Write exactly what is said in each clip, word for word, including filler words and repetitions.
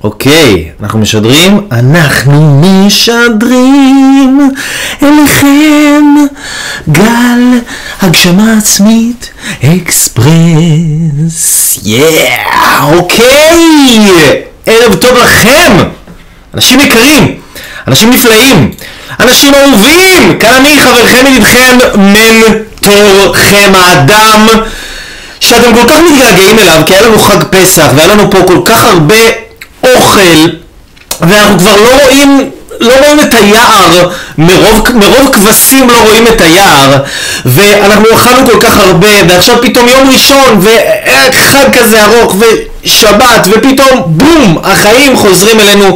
אוקיי, אנחנו משדרים, אנחנו משדרים אליכם גל הגשמה עצמית אקספרס. יאה, אוקיי, ערב טוב לכם, אנשים יקרים, אנשים נפלאים, אנשים אהובים. כאן אני חברכם ידידכם מנטורכם, האדם שאתם כל כך מתגעגעים אליו, כי היה לנו חג פסח והיה לנו פה כל כך הרבה אוכל ואנחנו כבר לא רואים לא רואים את היער, מרוב, מרוב כבשים לא רואים את היער, ואנחנו אכלנו כל כך הרבה, ועכשיו פתאום יום ראשון וחג כזה ארוך ושבת, ופתאום בום, החיים חוזרים אלינו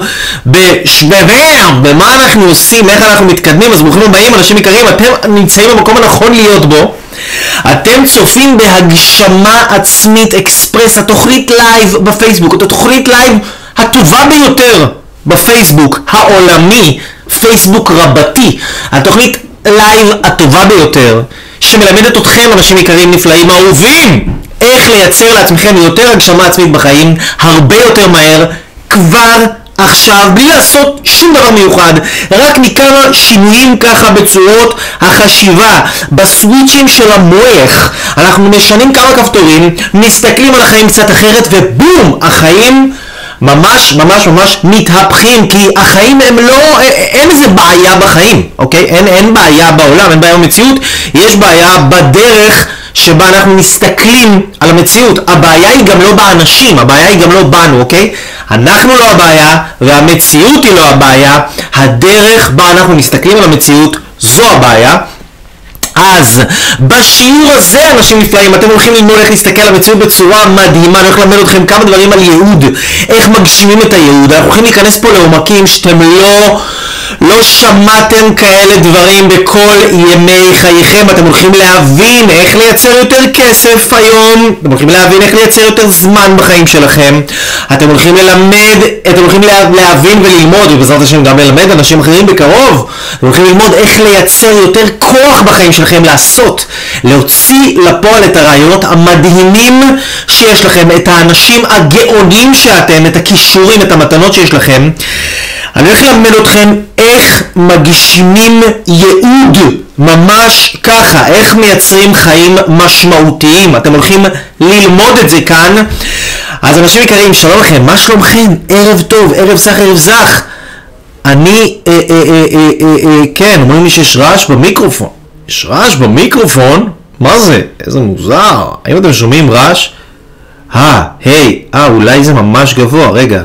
בשבבר. במה אנחנו עושים, איך אנחנו מתקדמים? אז ברוכים הבאים אנשים יקרים, אתם נמצאים במקום הנכון להיות בו. אתם צופים בהגשמה עצמית אקספרס, התוכנית לייב בפייסבוק, התוכנית לייב הטובה ביותר בפייסבוק העולמי, פייסבוק רבתי, התוכנית לייב הטובה ביותר שמלמדת אתכם אנשים יקרים נפלאים אהובים איך לייצר לעצמכם יותר הגשמה עצמית בחיים הרבה יותר מהר כבר עכשיו, בלי לעשות שום דבר מיוחד, רק מכמה שינויים ככה בצורות החשיבה, בסוויצ'ים של המוח. אנחנו משנים כמה כפתורים, מסתכלים על החיים קצת אחרת ובום, החיים ממש ממש ממש מתהפכים, כי החיים הם לא, אין איזה בעיה בחיים, אוקיי? אין, אין בעיה בעולם, אין בעיה במציאות, יש בעיה בדרך שבה אנחנו מסתכלים על המציאות. הבעיה היא גם לא באנשים, הבעיה היא גם לא בנו, אוקיי? אנחנו לא הבעיה והמציאות היא לא הבעיה, הדרך בה אנחנו מסתכלים על המציאות זו הבעיה. אז בשיעור הזה אנשים נפלאים, אתם הולכים ללמוד איך להסתכל על המציאות בצורה מדהימה. אני הולך ללמד אתכם כמה דברים על ייעוד, איך מגשימים את הייעוד. אנחנו הולכים להיכנס פה לעומקים שאתם לא לא שמעתם כאלה דברים בכל ימי חייכם. אתם הולכים להבין איך לייצר יותר כסף היום, אתם הולכים להבין איך לייצר יותר זמן בחיים שלכם, אתם הולכים ללמד, אתם הולכים להבין וללמוד, ובעזרת השם גם ללמד אנשים אחרים בקרוב. אתם הולכים ללמוד איך לייצר יותר כוח בחיים שלכם, לעשות, להוציא לפועל את הרעיונות המדהימים שיש לכם, את האנשים הגאונים שאתם, את הכישורים, את המתנות שיש לכם. אני הולך ללמד אתכם איך מגשימים ייעוד, ממש ככה, איך מייצרים חיים משמעותיים. אתם הולכים ללמוד את זה כאן. אז אנשים יקרים, שלום לכם, מה שלומכם? ערב טוב, ערב זך, ערב זך. אני, אה, אה, אה, אה, אה, אה, כן, אומרים לי שיש רעש במיקרופון. יש רעש במיקרופון? מה זה? איזה מוזר. האם אתם שומעים רעש? אה, היי, אה, אולי זה ממש גבוה, רגע.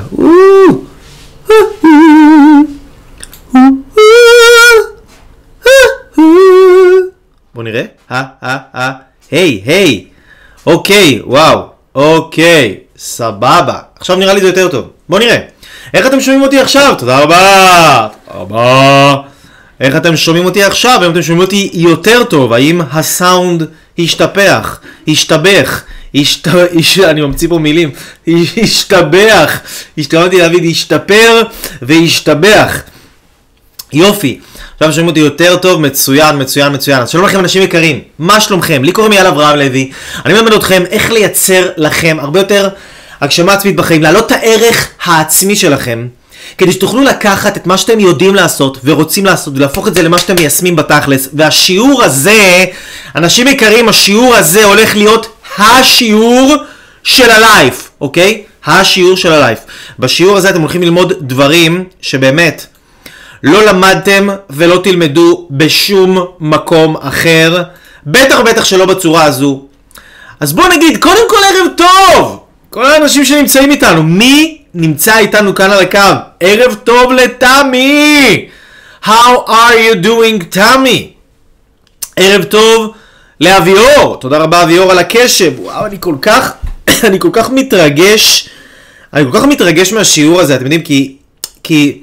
בוא נראה. אה, אה, אה, היי, היי. אוקיי, וואו. אוקיי, סבבה. עכשיו נראה לי זה יותר טוב. בוא נראה. איך אתם שומעים אותי עכשיו? תודה רבה. תודה רבה. איך אתם שומעים אותי עכשיו? האם אתם שומעים אותי יותר טוב? האם הסאונד השתפך? השתבח? השת... הש... אני ממציא פה מילים. השתבח. השתמעתי להגיד השתפר והשתבח. יופי. עכשיו שומעים אותי יותר טוב, מצוין, מצוין, מצוין. אז שלום לכם אנשים יקרים, מה שלומכם? לי קוראים יאל אברהם לוי. אני מלמד אתכם איך לייצר לכם הרבה יותר הגשמה עצמית בחיים, להעלות את הערך העצמי שלכם, כדי שתוכלו לקחת את מה שאתם יודעים לעשות ורוצים לעשות ולהפוך את זה למה שאתם מיישמים בתכלס. והשיעור הזה, אנשים יקרים, השיעור הזה הולך להיות השיעור של הלייף, אוקיי? השיעור של הלייף. בשיעור הזה אתם הולכים ללמוד דברים שבאמת לא למדתם ולא תלמדו בשום מקום אחר, בטח בטח שלא בצורה הזו. אז בואו נגיד, קודם כל ערב טוב! כל האנשים שנמצאים איתנו, מי נמצא איתנו כאן על הקו? ערב טוב לתמי! How are you doing, תמי? ערב טוב לאביור, תודה רבה אביור על הקשב. וואו, אני כל כך, אני כל כך מתרגש, אני כל כך מתרגש מהשיעור הזה, אתם יודעים, כי, כי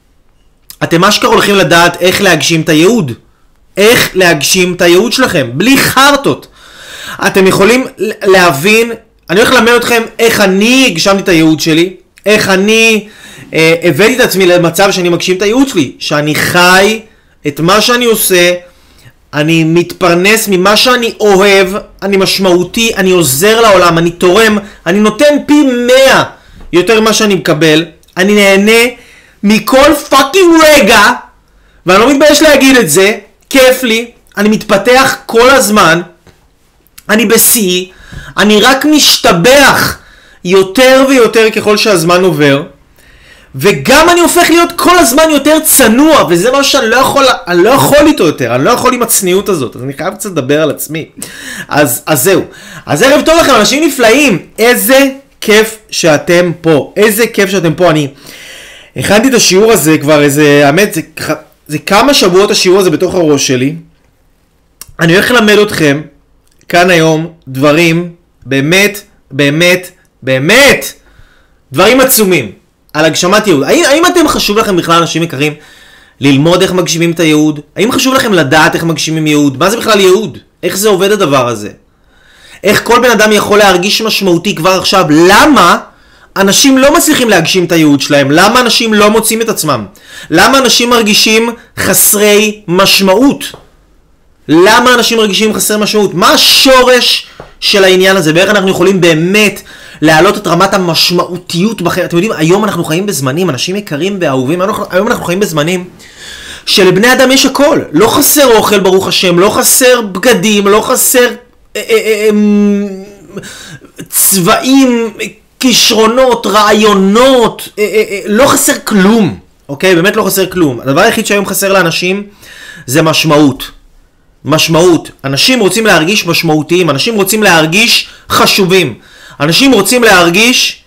אתם אשכרה הולכים לדעת איך להגשים את הייעוד. איך להגשים את הייעוד שלכם, בלי חרטות. אתם יכולים להבין, אני הולך ללמד אתכם איך אני הגשמתי את הייעוד שלי, איך אני אה, הבאתי את עצמי למצב שאני מגשים את הייעוד שלי, שאני חי את מה שאני עושה, אני מתפרנס ממה שאני אוהב, אני משמעותי, אני עוזר לעולם, אני תורם, אני נותן פי מאה יותר ממה שאני מקבל. אני נהנה מכל פאקינג רגע, ואני לא מתבייש להגיד את זה, כיף לי, אני מתפתח כל הזמן, אני בשיא, אני רק משתבח יותר ויותר ככל שהזמן עובר, וגם אני הופך להיות כל הזמן יותר צנוע, וזה מה שאני לא יכול, אני לא יכול איתו יותר, אני לא יכול עם הצניעות הזאת, אז אני חייב קצת לדבר על עצמי. אז, אז זהו. אז ערב טוב לכם, אנשים נפלאים, איזה כיף שאתם פה, איזה כיף שאתם פה. אני הכנתי את השיעור הזה כבר איזה, האמת, זה, זה כמה שבועות השיעור הזה בתוך הראש שלי. אני הולך ללמד אתכם כאן היום דברים, באמת, באמת, באמת, דברים עצומים. על הגשמת ייעוד. האם, האם אתם חשוב לכם בכלל, אנשים יקרים, ללמוד איך מגשימים את הייעוד? האם חשוב לכם לדעת איך מגשימים ייעוד? מה זה בכלל ייעוד? איך זה עובד הדבר הזה? איך כל בן אדם יכול להרגיש משמעותי כבר עכשיו? למה אנשים לא מצליחים להגשים את הייעוד שלהם? למה אנשים לא מוצאים את עצמם? למה אנשים מרגישים חסרי משמעות? למה אנשים מרגישים חסרי משמעות? מה השורש של העניין הזה? ואיך אנחנו יכולים באמת להעלות את רמת המשמעותיות בחיים? אתם יודעים, היום אנחנו חיים בזמנים, אנשים יקרים ואהובים, היום אנחנו חיים בזמנים שלבני אדם יש הכל. לא חסר אוכל, ברוך השם, לא חסר בגדים, לא חסר אה, אה, אה, צבעים, כישרונות, רעיונות, אה, אה, אה, לא חסר כלום, אוקיי? באמת לא חסר כלום. הדבר היחיד שהיום חסר לאנשים זה משמעות. משמעות. אנשים רוצים להרגיש משמעותיים, אנשים רוצים להרגיש חשובים. אנשים רוצים להרגיש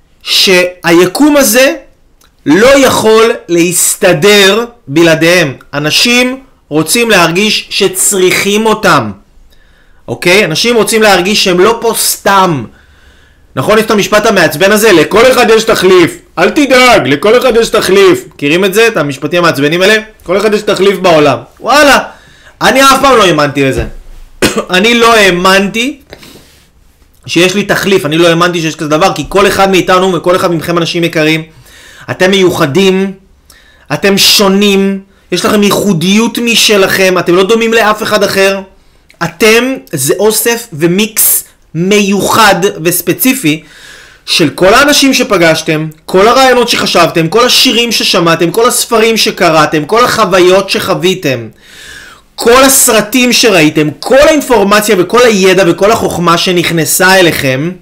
שהיקום הזה לא יכול להסתדר בלעדיהם. אנשים רוצים להרגיש שצריכים אותם. אוקיי? אנשים רוצים להרגיש שהם לא פה סתם. נכון, יש את המשפט המעצבן הזה? לכל אחד יש תחליף. אל תדאג, לכל אחד יש תחליף. מכירים את זה? את המשפטים המעצבנים האלה? כל אחד יש תחליף בעולם. וואלה. אני אף פעם לא האמנתי לזה. אני לא האמנתי שיש לי תחליף, אני לא האמנתי שיש כזה דבר, כי כל אחד מאיתנו וכל אחד מכם אנשים יקרים, אתם מיוחדים, אתם שונים, יש לכם ייחודיות משלכם, אתם לא דומים לאף אחד אחר, אתם זה אוסף ומיקס מיוחד וספציפי של כל האנשים שפגשתם, כל הרעיונות שחשבתם, כל השירים ששמעתם, כל הספרים שקראתם, כל החוויות שחוויתם, כל הסרטים שראיתם, כל האינפורמציה וכל הידע וכל החוכמה שנכנסה אליכם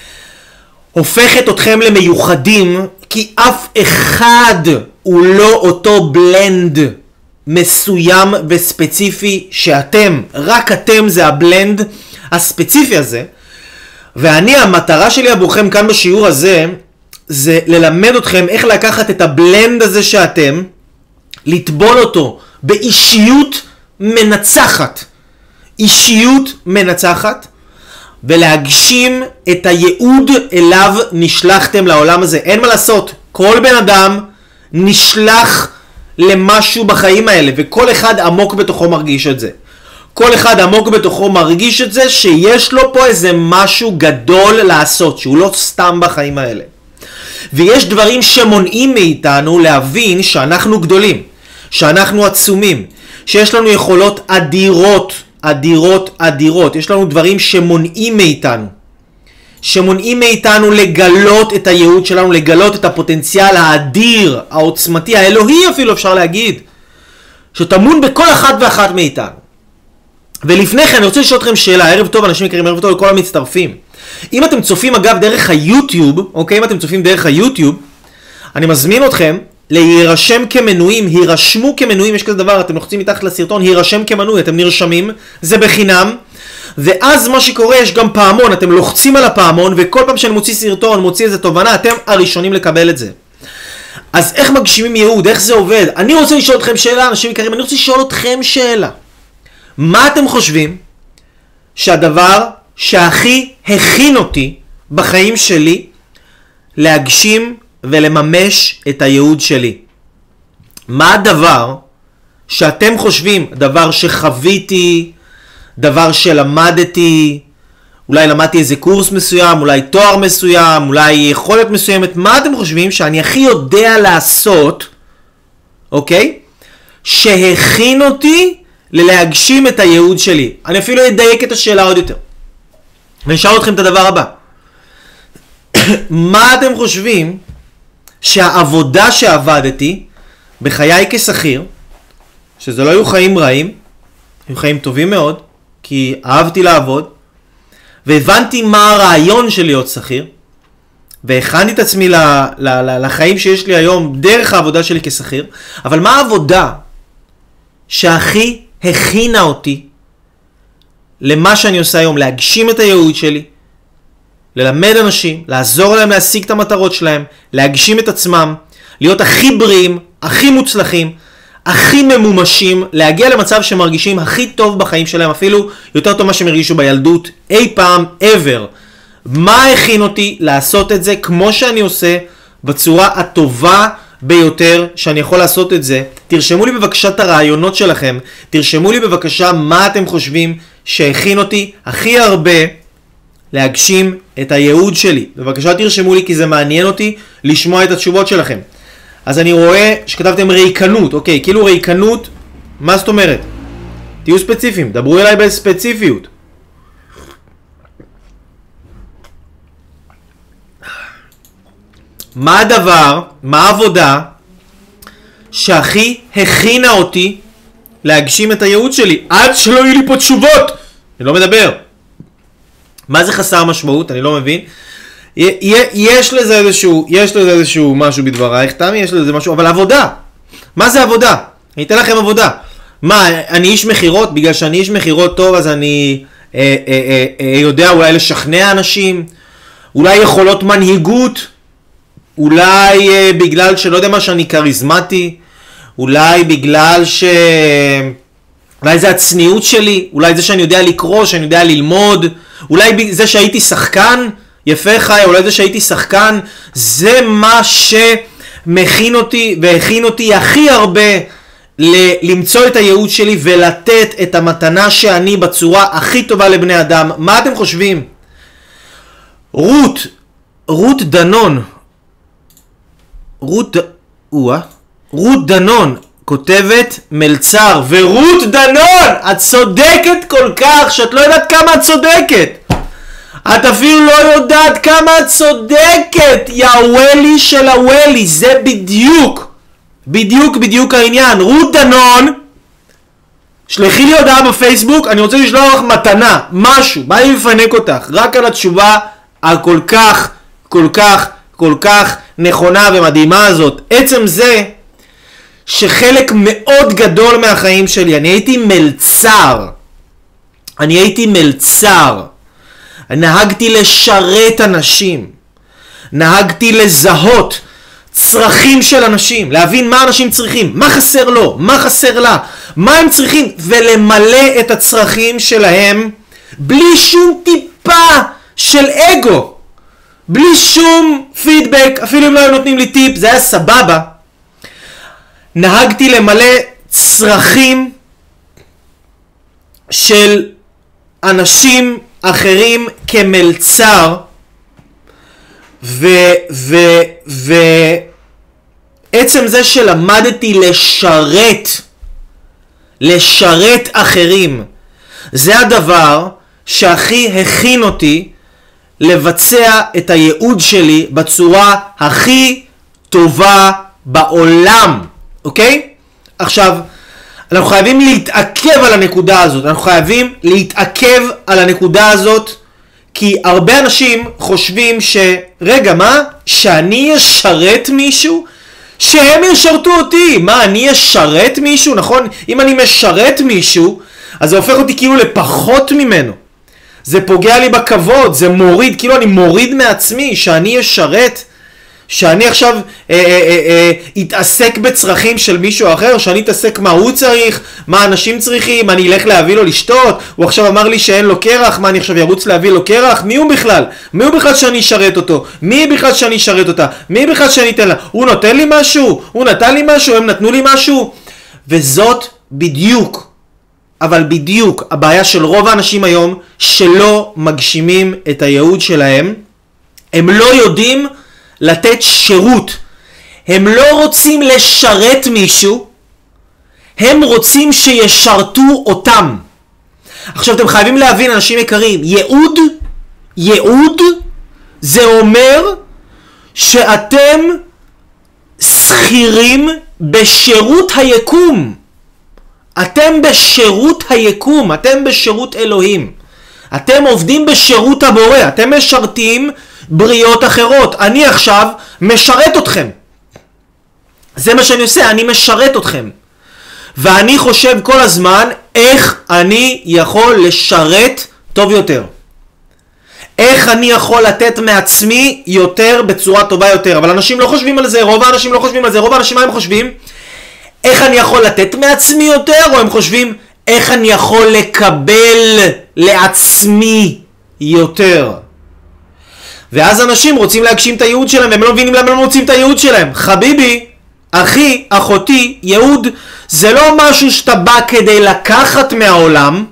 הופכת אתכם למיוחדים, כי אף אחד הוא לא אותו בלנד מסוים וספציפי שאתם, רק אתם זה הבלנד הספציפי הזה. ואני, המטרה שלי עבורכם כאן בשיעור הזה זה ללמד אתכם איך לקחת את הבלנד הזה שאתם, לטבול אותו באישיות מנצחת, אישיות מנצחת, ולהגשים את הייעוד אליו נשלחתם לעולם הזה. אין מה לעשות, כל בן אדם נשלח למשהו בחיים האלה, וכל אחד עמוק בתוכו מרגיש את זה. כל אחד עמוק בתוכו מרגיש את זה שיש לו פה איזה משהו גדול לעשות, שהוא לא סתם בחיים האלה. ויש דברים שמונעים מאיתנו להבין שאנחנו גדולים, שאנחנו עצומים, שיש לנו יכולות אדירות, אדירות, אדירות. יש לנו דברים שמונעים מאיתנו. שמונעים מאיתנו לגלות את הייעוד שלנו, לגלות את הפוטנציאל האדיר, העוצמתי, האלוהי אפילו אפשר להגיד, שטמון בכל אחד ואחת מאיתנו. ולפני כן אני רוצה לשאול אתכם שאלה, ערב טוב אנשים יקרים, ערב טוב לכל המצטרפים. אם אתם צופים אגב דרך היוטיוב, אוקיי, אם אתם צופים דרך היוטיוב, אני מזמין אתכם להירשם כמנויים, הירשמו כמנויים, יש כזה דבר, אתם לוחצים מתחת לסרטון, הירשם כמנוי, אתם נרשמים, זה בחינם, ואז מה שקורה, יש גם פעמון, אתם לוחצים על הפעמון, וכל פעם שאני מוציא סרטון, מוציא איזה תובנה, אתם הראשונים לקבל את זה. אז איך מגשימים ייעוד? איך זה עובד? אני רוצה לשאול אתכם שאלה, אנשים יקרים, אני רוצה לשאול אתכם שאלה. מה אתם חושבים שהדבר שהכי הכין אותי בחיים שלי להגשים ולממש את הייעוד שלי? מה הדבר שאתם חושבים, דבר שחוויתי, דבר שלמדתי, אולי למדתי איזה קורס מסוים, אולי תואר מסוים, אולי יכולת מסוימת, מה אתם חושבים שאני הכי יודע לעשות, אוקיי? שהכין אותי ללהגשים את הייעוד שלי. אני אפילו אדייק את השאלה עוד יותר. ואני אשאל אתכם את הדבר הבא. מה אתם חושבים שהעבודה שעבדתי בחיי כשכיר, שזה לא היו חיים רעים, היו חיים טובים מאוד, כי אהבתי לעבוד, והבנתי מה הרעיון של להיות שכיר, והכנתי את עצמי ל, ל, ל, לחיים שיש לי היום דרך העבודה שלי כשכיר, אבל מה העבודה שהכי הכינה אותי למה שאני עושה היום, להגשים את הייעוד שלי, ללמד אנשים, לעזור להם להשיג את המטרות שלהם, להגשים את עצמם, להיות הכי בריאים, הכי מוצלחים, הכי ממומשים, להגיע למצב שמרגישים הכי טוב בחיים שלהם, אפילו יותר טוב מה שהם הרגישו בילדות, אי פעם, ever. מה הכין אותי לעשות את זה כמו שאני עושה, בצורה הטובה ביותר שאני יכול לעשות את זה? תרשמו לי בבקשה את הרעיונות שלכם, תרשמו לי בבקשה מה אתם חושבים שהכין אותי הכי הרבה להגשים את הייעוד שלי. בבקשה תרשמו לי, כי זה מעניין אותי לשמוע את התשובות שלכם. אז אני רואה שכתבתם ריקנות, אוקיי, כאילו ריקנות, מה זאת אומרת? תהיו ספציפיים, דברו אליי בספציפיות. מה הדבר, מה העבודה שהכי הכינה אותי להגשים את הייעוד שלי? עד שלא יהיו לי פה תשובות, אני לא מדבר. מה זה חסר משמעות? אני לא מבין. יש לזה איזשהו, יש לזה איזשהו משהו בדברייך, תמי, יש לזה משהו, אבל עבודה. מה זה עבודה? אני אתן לכם עבודה. מה, אני איש מחירות? בגלל שאני איש מחירות טוב, אז אני אה, אה, אה, אה, יודע אולי לשכנע אנשים, אולי יכולות מנהיגות, אולי אה, בגלל שלא יודע מה שאני קריזמטי, אולי בגלל ש... אולי זה הצניעות שלי, אולי זה שאני יודע לקרוא, שאני יודע ללמוד, אולי זה שהייתי שחקן, יפה חי, אולי זה שהייתי שחקן, זה מה שמכין אותי והכין אותי הכי הרבה ל- למצוא את הייעוד שלי ולתת את המתנה שאני בצורה הכי טובה לבני אדם. מה אתם חושבים? רות, רות דנון, רות, וואה, רות דנון כותבת מלצר, ורות דנון, את צודקת כל כך שאת לא יודעת כמה את צודקת. את אפילו לא יודעת כמה את צודקת, יא וולי של הוולי, זה בדיוק, בדיוק בדיוק העניין. רות דנון, שלחי לי הודעה בפייסבוק, אני רוצה לשלוח לך מתנה, משהו, בא לי לפנק אותך, רק על התשובה הכל כך, כל כך, כל כך נכונה ומדהימה הזאת. עצם זה שחלק מאוד גדול מהחיים שלי, אני הייתי מלצר, אני הייתי מלצר, נהגתי לשרת אנשים, נהגתי לזהות צרכים של אנשים, להבין מה אנשים צריכים, מה חסר לו, מה חסר לה, מה הם צריכים, ולמלא את הצרכים שלהם בלי שום טיפה של אגו, בלי שום פידבק, אפילו אם לא היו נותנים לי טיפ, זה היה סבבה. נהגתי למלא צרכים של אנשים אחרים כמלצר, ו ו ו עצם זה שלמדתי לשרת לשרת אחרים, זה הדבר שהכי הכין אותי לבצע את הייעוד שלי בצורה הכי טובה בעולם. אוקיי? עכשיו, אנחנו חייבים להתעכב על הנקודה הזאת. אנחנו חייבים להתעכב על הנקודה הזאת, כי הרבה אנשים חושבים ש... רגע, מה? שאני אשרת מישהו? שהם ישרתו אותי. מה, אני אשרת מישהו? נכון? אם אני משרת מישהו, אז זה הופך אותי כאילו לפחות ממנו. זה פוגע לי בכבוד, זה מוריד, כאילו אני מוריד מעצמי, שאני אשרת... שאני עכשיו אה, אה, אה, אה, יתעסק בצרכים של מישהו אחר, שאני יתעסק מה הוא צריך, מה אנשים צריכים, אני אלך להביא לו לשתות, הוא עכשיו אמר לי שאין לו קרח, מה אני עכשיו ירוץ להביא לו קרח? מי הוא בכלל? מי הוא בכלל שאני אשרת אותו? מי בכלל שאני אשרת אותה? מי בכלל שאני אתן לה? הוא נותן לי משהו? הוא נתן לי משהו? הם נתנו לי משהו? וזאת בדיוק, אבל בדיוק הבעיה של רוב האנשים היום, שלא מגשימים את הייעוד שלהם. הם לא יודעים לתת שירות, הם לא רוצים לשרת מישהו, הם רוצים שישרתו אותם. עכשיו אתם חייבים להבין, אנשים יקרים, ייעוד, ייעוד זה אומר שאתם שכירים בשירות היקום. אתם בשירות היקום, אתם בשירות אלוהים. אתם עובדים בשירות הבורא, אתם משרתים בריאות אחרות. אני עכשיו משרת אתכם. זה מה שאני עושה, אני משרת אתכם. ואני חושב כל הזמן איך אני יכול לשרת טוב יותר. איך אני יכול לתת מעצמי יותר בצורה טובה יותר. אבל אנשים לא חושבים על זה, רוב האנשים לא חושבים על זה. רוב האנשים מה הם חושבים? איך אני יכול לתת מעצמי יותר, או הם חושבים איך אני יכול לקבל לעצמי יותר. ואז אנשים רוצים להגשים את הייעוד שלהם, והם לא מבינים למה הם לא מוצאים את הייעוד שלהם. חביבי, אחי, אחותי, ייעוד זה לא משהו שאתה בא כדי לקחת מהעולם.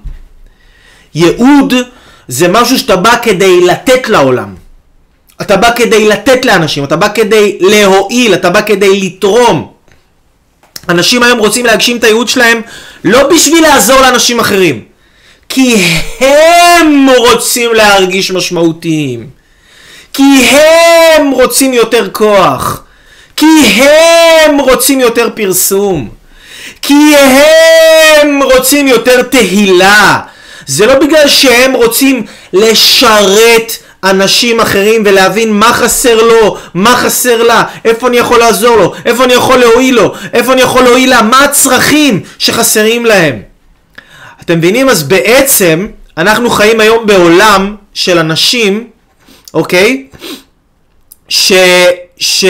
ייעוד זה משהו שאתה בא כדי לתת לעולם. אתה בא כדי לתת לאנשים, אתה בא כדי להועיל, אתה בא כדי לתרום. אנשים היום רוצים להגשים את הייעוד שלהם לא בשביל לעזור לאנשים אחרים, כי הם רוצים להרגיש משמעותיים, כי הם רוצים יותר כוח, כי הם רוצים יותר פרסום, כי הם רוצים יותר תהילה. זה לא בגלל שהם רוצים לשרת אנשים אחרים ולהבין מה חסר לו, מה חסר לה, איפה אני יכול לעזור לו, איפה אני יכול להועיל לו, איפה אני יכול להועיל לה, מה הצרכים שחסרים להם. אתם מבינים? אז בעצם אנחנו חיים היום בעולם של אנשים, אוקיי? ש... ש...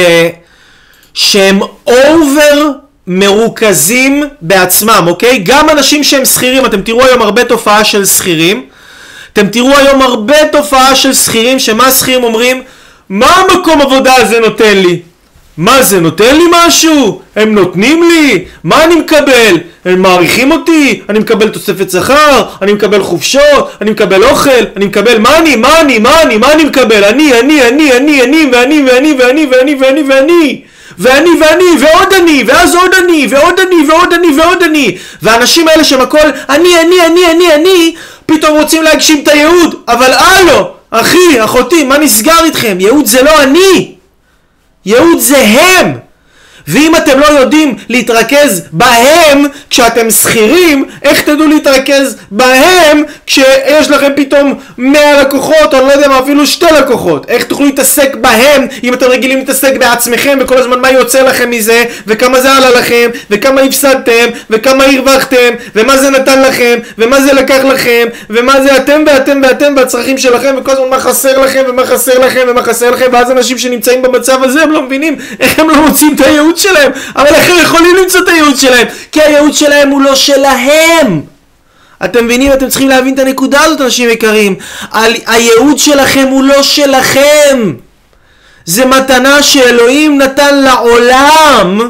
שהם אובר מרוכזים בעצמם, אוקיי? גם אנשים שהם שכירים, אתם תראו היום הרבה תופעה של שכירים, אתם תראו היום הרבה תופעה של שכירים, שמה שכירים אומרים? מה המקום עבודה הזה נותן לי? מה זה נותן לי משהו? הם נותנים לי? מה אני מקבל? הם מעריכים אותי? אני מקבל תוספת שכר? אני מקבל חופשות? אני מקבל אוכל? אני מקבל מה אני? מה אני? מה אני? מה אני מקבל? אני, אני, אני, אני, אני, ואני, ואני, ואני, ואני, ואני, ואני. ואני ואני ועוד אני ואז עוד אני ועוד אני ועוד אני ועוד אני. והאנשים האלה שהם הכל אני אני אני אני אני פתאום רוצים להגשים את הייעוד. אבל הלו אחי אחותי, מה נסגר איתכם? ייעוד זה לא אני, ייעוד זה הם. ואם אתם לא יודעים להתרכז בהם כשאתם שכירים, איך תדעו להתרכז בהם כשיש לכם פתאום מאה לקוחות, או לא יודע מה, אפילו שתי לקוחות? איך תוכלו להתעסק בהם אם אתם רגילים להתעסק בעצמכם וכל הזמן מה יוצא לכם מזה, וכמה זה עלה לכם, וכמה הפסדתם, וכמה הרווחתם, ומה זה נתן לכם, ומה זה לקח לכם, ומה זה אתם ואתם ואתם והצרכים שלכם, וכל הזמן מה חסר לכם ומה חסר לכם ומה חסר לכם. ואז אנשים שנמצאים במצב הזה הם לא מבינים איך הם לא מוצאים את הייעוד שלהם. אבל איך הם יכולים למצוא את הייעוד שלהם? כי הייעוד שלהם הוא לא שלהם. אתם מבינים? אתם צריכים להבין את הנקודה הזאת, אנשים יקרים. הייעוד שלכם הוא לא שלכם. זה מתנה שאלוהים נתן לעולם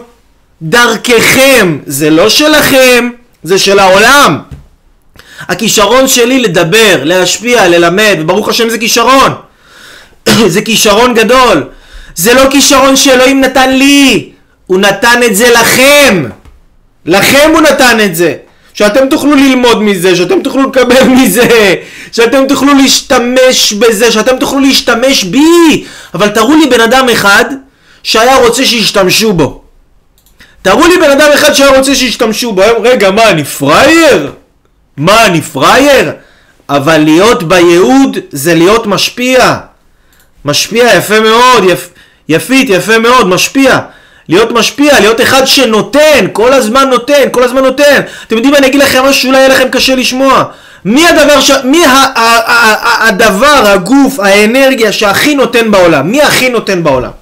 דרככם. זה לא שלכם, זה של העולם. הכישרון שלי לדבר, להשפיע, ללמד, וברוך השם זה כישרון. זה כישרון גדול. זה לא כישרון שאלוהים נתן לי, הוא נתן את זה לכם. לכם הוא נתן את זה. שאתם תוכלו ללמוד מזה, שאתם תוכלו לקבל מזה, שאתם תוכלו להשתמש בזה, שאתם תוכלו להשתמש בי. אבל תראו לי בן אדם אחד שהיה רוצה שישתמשו בו. תראו לי בן אדם אחד שהיה רוצה שישתמשו בו. רגע, מה, אני פרייר? מה, אני פרייר? אבל להיות בייעוד זה להיות משפיע. משפיע יפה מאוד, יפ, יפית, יפה מאוד, משפיע. להיות משפיע, להיות אחד שנותן, כל הזמן נותן, כל הזמן נותן. אתם יודעים, אני אגיד לכם משהו שאולי יהיה לכם קשה לשמוע. מי הדבר, ש... מי ה... ה... ה... הדבר, הגוף, האנרגיה שהכי נותן בעולם? מי הכי נותן בעולם?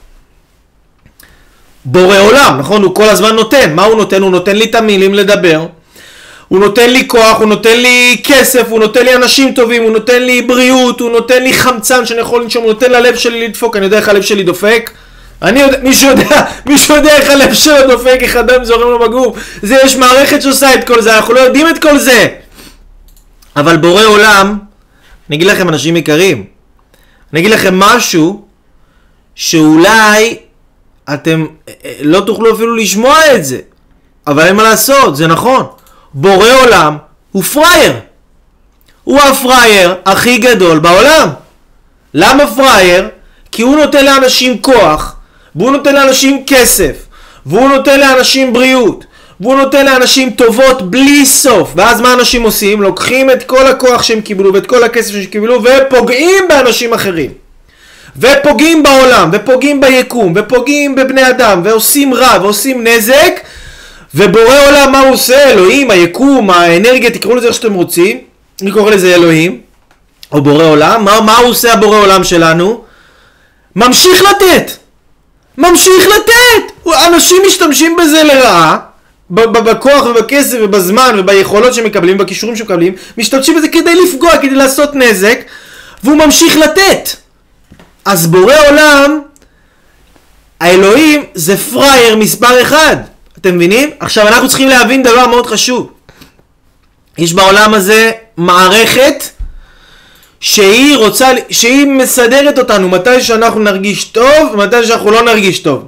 בורא עולם, נכון? הוא כל הזמן נותן. מה הוא נותן? הוא נותן לי את המילים לדבר. הוא נותן לי כוח, הוא נותן לי כסף, הוא נותן לי אנשים טובים, הוא נותן לי בריאות, הוא נותן לי חמצן שאני יכול לנשום, הוא נותן ללב שלי לדפוק. אני יודע איך הלב שלי דופק. אני יודע, מישהו יודע, מישהו יודע איך הלב שלו דופק, איך אדם זורם לו בגוף. זה, יש מערכת שעושה את כל זה, אנחנו לא יודעים את כל זה. אבל בורא עולם, אני אגיד לכם אנשים יקרים, אני אגיד לכם משהו שאולי אתם לא תוכלו אפילו לשמוע את זה, אבל אין מה לעשות, זה נכון. בורא עולם הוא פרייר. הוא הפרייר הכי גדול בעולם. למה פרייר? כי הוא נותן לאנשים כוח, והוא נותן לאנשים כסף, והוא נותן לאנשים בריאות, והוא נותן לאנשים טובות בלי סוף. ואז מה אנשים עושים? לוקחים את כל הכוח שהם קיבלו ואת כל הכסף שהם קיבלו ופוגעים באנשים אחרים, ופוגעים בעולם, ופוגעים ביקום, ופוגעים בבני אדם, ועושים רע ועושים נזק. ובורא עולם מה הוא עושה? אלוהים, היקום, האנרגיה, תקראו לזה איך שאתם רוצים, אני קורא לזה אלוהים או בורא עולם. מה, מה הוא עושה הבורא עולם שלנו? ממשיך לתת, ממשיך לתת. אנשים משתמשים בזה לרעה, בכוח ובכסף ובזמן וביכולות שמקבלים, בכישורים שמקבלים, משתמשים בזה כדי לפגוע, כדי לעשות נזק, והוא ממשיך לתת. אז בורא עולם, האלוהים, זה פרייר מספר אחד. אתם מבינים? עכשיו אנחנו צריכים להבין דבר מאוד חשוב. יש בעולם הזה מערכת שהיא רוצה, שהיא מסדרת אותנו מתי שאנחנו נרגיש טוב ומתי שאנחנו לא נרגיש טוב.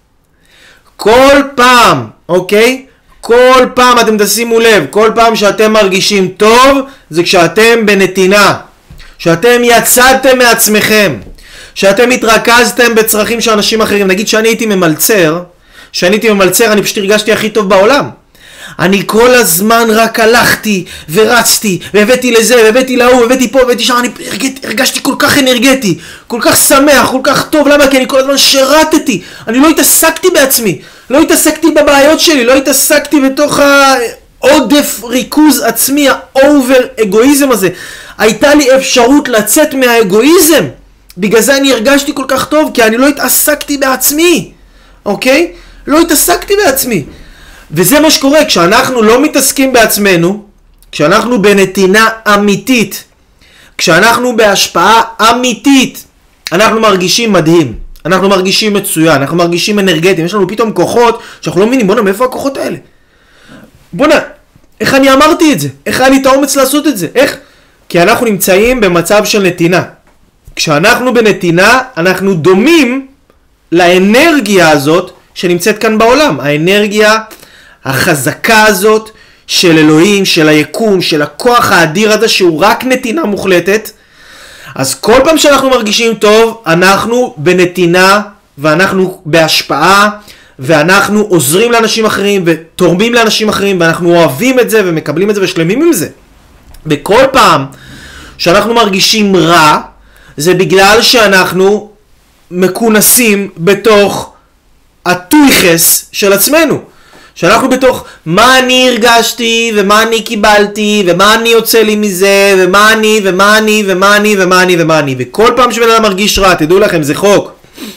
כל פעם, אוקיי? כל פעם אתם תשימו לב, כל פעם שאתם מרגישים טוב זה כשאתם בנתינה, שאתם יצאתם מעצמכם, שאתם התרכזתם בצרכים של אנשים אחרים. נגיד שאני הייתי ממלצר, שאני הייתי ממלצר, אני פשוט הרגשתי הכי טוב בעולם. אני כל הזמן רק הלכתי ורצתי והבאתי לזה והבאתי להוא והבאתי פה והבאתי שם. אני הרגשתי כל כך אנרגטי, כל כך שמח, כל כך טוב. למה? כי אני כל הזמן שרתתי, אני לא התעסקתי בעצמי, לא התעסקתי בבעיות שלי, לא התעסקתי בתוך העודף ריכוז עצמי, האובר אגואיזם הזה. הייתה לי אפשרות לצאת מהאגואיזם, בגלל זה אני הרגשתי כל כך טוב, כי אני לא התעסקתי בעצמי. אוקיי? לא התעסקתי בעצמי. וזה מה שקורה כשאנחנו לא מתעסקים בעצמנו, כשאנחנו בנתינה אמיתית, כשאנחנו בהשפעה אמיתית, אנחנו מרגישים מדהים, אנחנו מרגישים מצוין, אנחנו מרגישים אנרגטיים, יש לנו פתאום כוחות שאנחנו לא מבינים, בוא'נה, מאיפה הכוחות האלה? בוא'נה, איך אני אמרתי את זה? איך היה לי את האומץ לעשות את זה? איך? כי אנחנו נמצאים במצב של נתינה. כשאנחנו בנתינה, אנחנו דומים לאנרגיה הזאת שנמצאת כאן בעולם. האנרגיה החזקה הזאת של אלוהים, של היקום, של הכוח האדיר הזה שהוא רק נתינה מוחלטת. אז כל פעם שאנחנו מרגישים טוב, אנחנו בנתינה ואנחנו בהשפעה, ואנחנו עוזרים לאנשים אחרים ותורמים לאנשים אחרים, ואנחנו אוהבים את זה ומקבלים את זה ושלמים עם זה. בכל פעם שאנחנו מרגישים רע, זה בגלל שאנחנו מכונסים בתוך הטויחס של עצמנו. שאנחנו בתוך מה אני הרגשתי ומה אני קיבלתי ומה אני יוצא לי מזה ומה אני ומה אני ומה אני ומה אני ומה אני. וכל פעם שבן אדם מרגיש רע, תדעו לכם, זה חוק.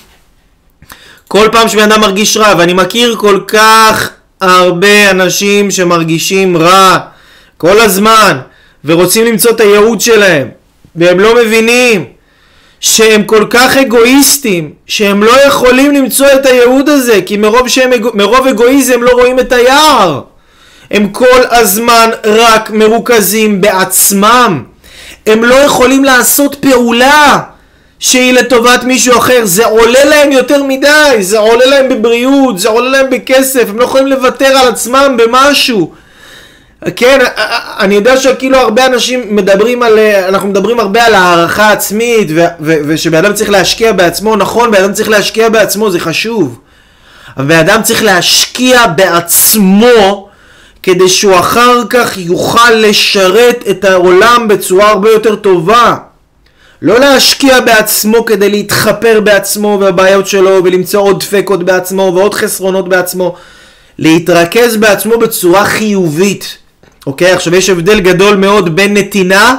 כל פעם שבן אדם מרגיש רע, ואני מכיר כל כך הרבה אנשים שמרגישים רע כל הזמן ורוצים למצוא את הייעוד שלהם, והם לא מבינים שהם כל כך אגואיסטים שהם לא יכולים למצוא את הייעוד הזה, כי מרוב, שהם, מרוב אגואיזם לא רואים את היער. הם כל הזמן רק מרוכזים בעצמם, הם לא יכולים לעשות פעולה שהיא לטובת מישהו אחר. זה עולה להם יותר מדי, זה עולה להם בבריאות, זה עולה להם בכסף, הם לא יכולים לוותר על עצמם במשהו. כן, אני יודע שכאילו הרבה אנשים מדברים על, אנחנו מדברים הרבה על הערכה עצמית, ו- ו- ושבאדם צריך להשקיע בעצמו. נכון, באדם צריך להשקיע בעצמו, זה חשוב. אבל באדם צריך להשקיע בעצמו כדי שהוא אחר כך יוכל לשרת את העולם בצורה הרבה יותר טובה. לא להשקיע בעצמו כדי להתחפר בעצמו ובבעיות שלו ולמצוא עוד דפקות בעצמו ועוד חסרונות בעצמו. להתרכז בעצמו בצורה חיובית. אוקיי, עכשיו יש הבדל גדול מאוד בין נתינה,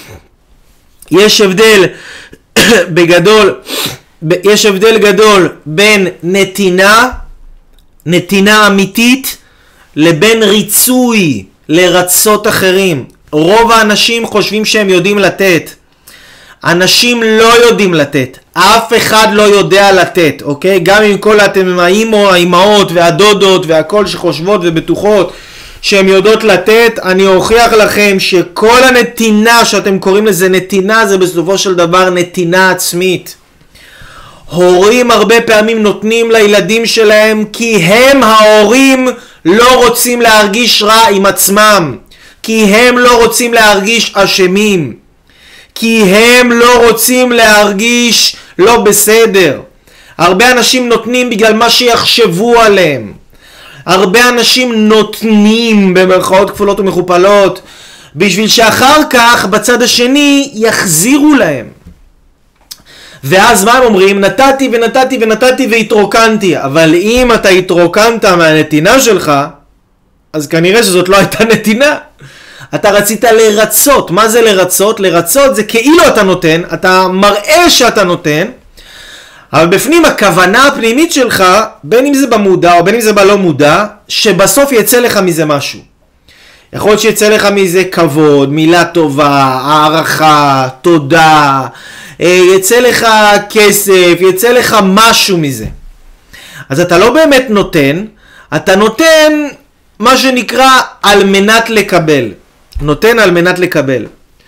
יש הבדל בגדול, יש הבדל גדול בין נתינה, נתינה אמיתית, לבין ריצוי, לרצות אחרים. רוב האנשים חושבים שהם יודעים לתת. אנשים לא יודעים לתת, אף אחד לא יודע לתת, אוקיי? גם אם כל אתם האימו, האימהות והדודות והכל שחושבות ובטוחות שהן יודעות לתת, אני אוכיח לכם שכל הנתינה שאתם קוראים לזה נתינה, זה בסופו של דבר נתינה עצמית. הורים הרבה פעמים נותנים לילדים שלהם כי הם ההורים לא רוצים להרגיש רע עם עצמם, כי הם לא רוצים להרגיש אשמים, כי הם לא רוצים להרגיש לא בסדר. הרבה אנשים נותנים בגלל מה שיחשבו עליהם. הרבה אנשים נותנים במרכאות כפולות ומכופלות בשביל שאחר כך בצד השני יחזירו להם. ואז מה הם אומרים? נתתי ונתתי ונתתי והתרוקנתי. אבל אם אתה התרוקנת מהנתינה שלך, אז כנראה שזאת לא הייתה נתינה. אתה רצית לרצות. מה זה לרצות? לרצות זה כאילו אתה נותן, אתה מראה שאתה נותן, אבל בפנים הכוונה הפנימית שלך, בין אם זה במודע או בין אם זה בלא מודע, שבסוף יצא לך מזה משהו. יכול להיות שיצא לך מזה כבוד, מילה טובה, הערכה, תודה, יצא לך כסף, יצא לך משהו מזה. אז אתה לא באמת נותן, אתה נותן מה שנקרא על מנת לקבל. נותן על מנת לקבל.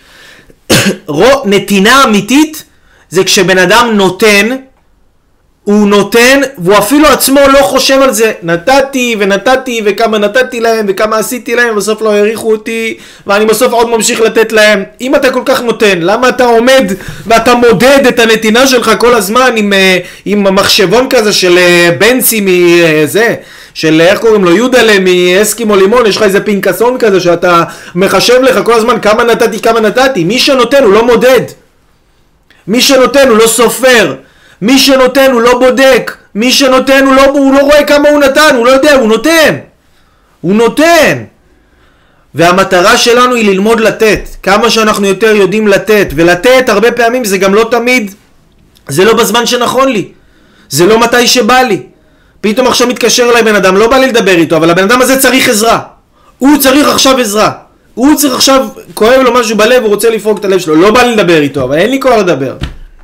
נתינה אמיתית זה כשבן אדם נותן, הוא נותן והוא אפילו עצמו לא חושב על זה. נתתי ונתתי וכמה נתתי להם וכמה עשיתי להם, בסוף לא העריכו אותי ואני בסוף עוד ממשיך לתת להם. אם אתה כל כך נותן, למה אתה עומד ואתה מודד את הנתינה שלך כל הזמן עם, עם המחשבון כזה של בנצי מזה, של איך קוראים לו, יודלה מאסקימו לימון, יש לך איזה פינקסון כזה שאתה מחשב לך כל הזמן כמה נתתי כמה נתתי. מי שנותן הוא לא מודד, מי שנותן הוא לא סופר, מי שנותן הוא לא בודק, מי שנותן הוא לא, הוא לא רואה כמה הוא נתן, הוא לא יודע, הוא נותן. הוא נותן. והמטרה שלנו היא ללמוד לתת. כמה שאנחנו יותר יודעים לתת, ולתת הרבה פעמים זה גם לא תמיד, זה לא בזמן שנכון לי. זה לא מתי שבא לי. פתאום עכשיו מתקשר אליי בן אדם, לא בא לי לדבר איתו, אבל הבן אדם הזה צריך עזרה. הוא צריך עכשיו עזרה. הוא צריך עכשיו, כואב לו משהו בלב, הוא רוצה לפרוק את הלב שלו. לא בא לי לדבר איתו, אבל אין לי כוח לדבר.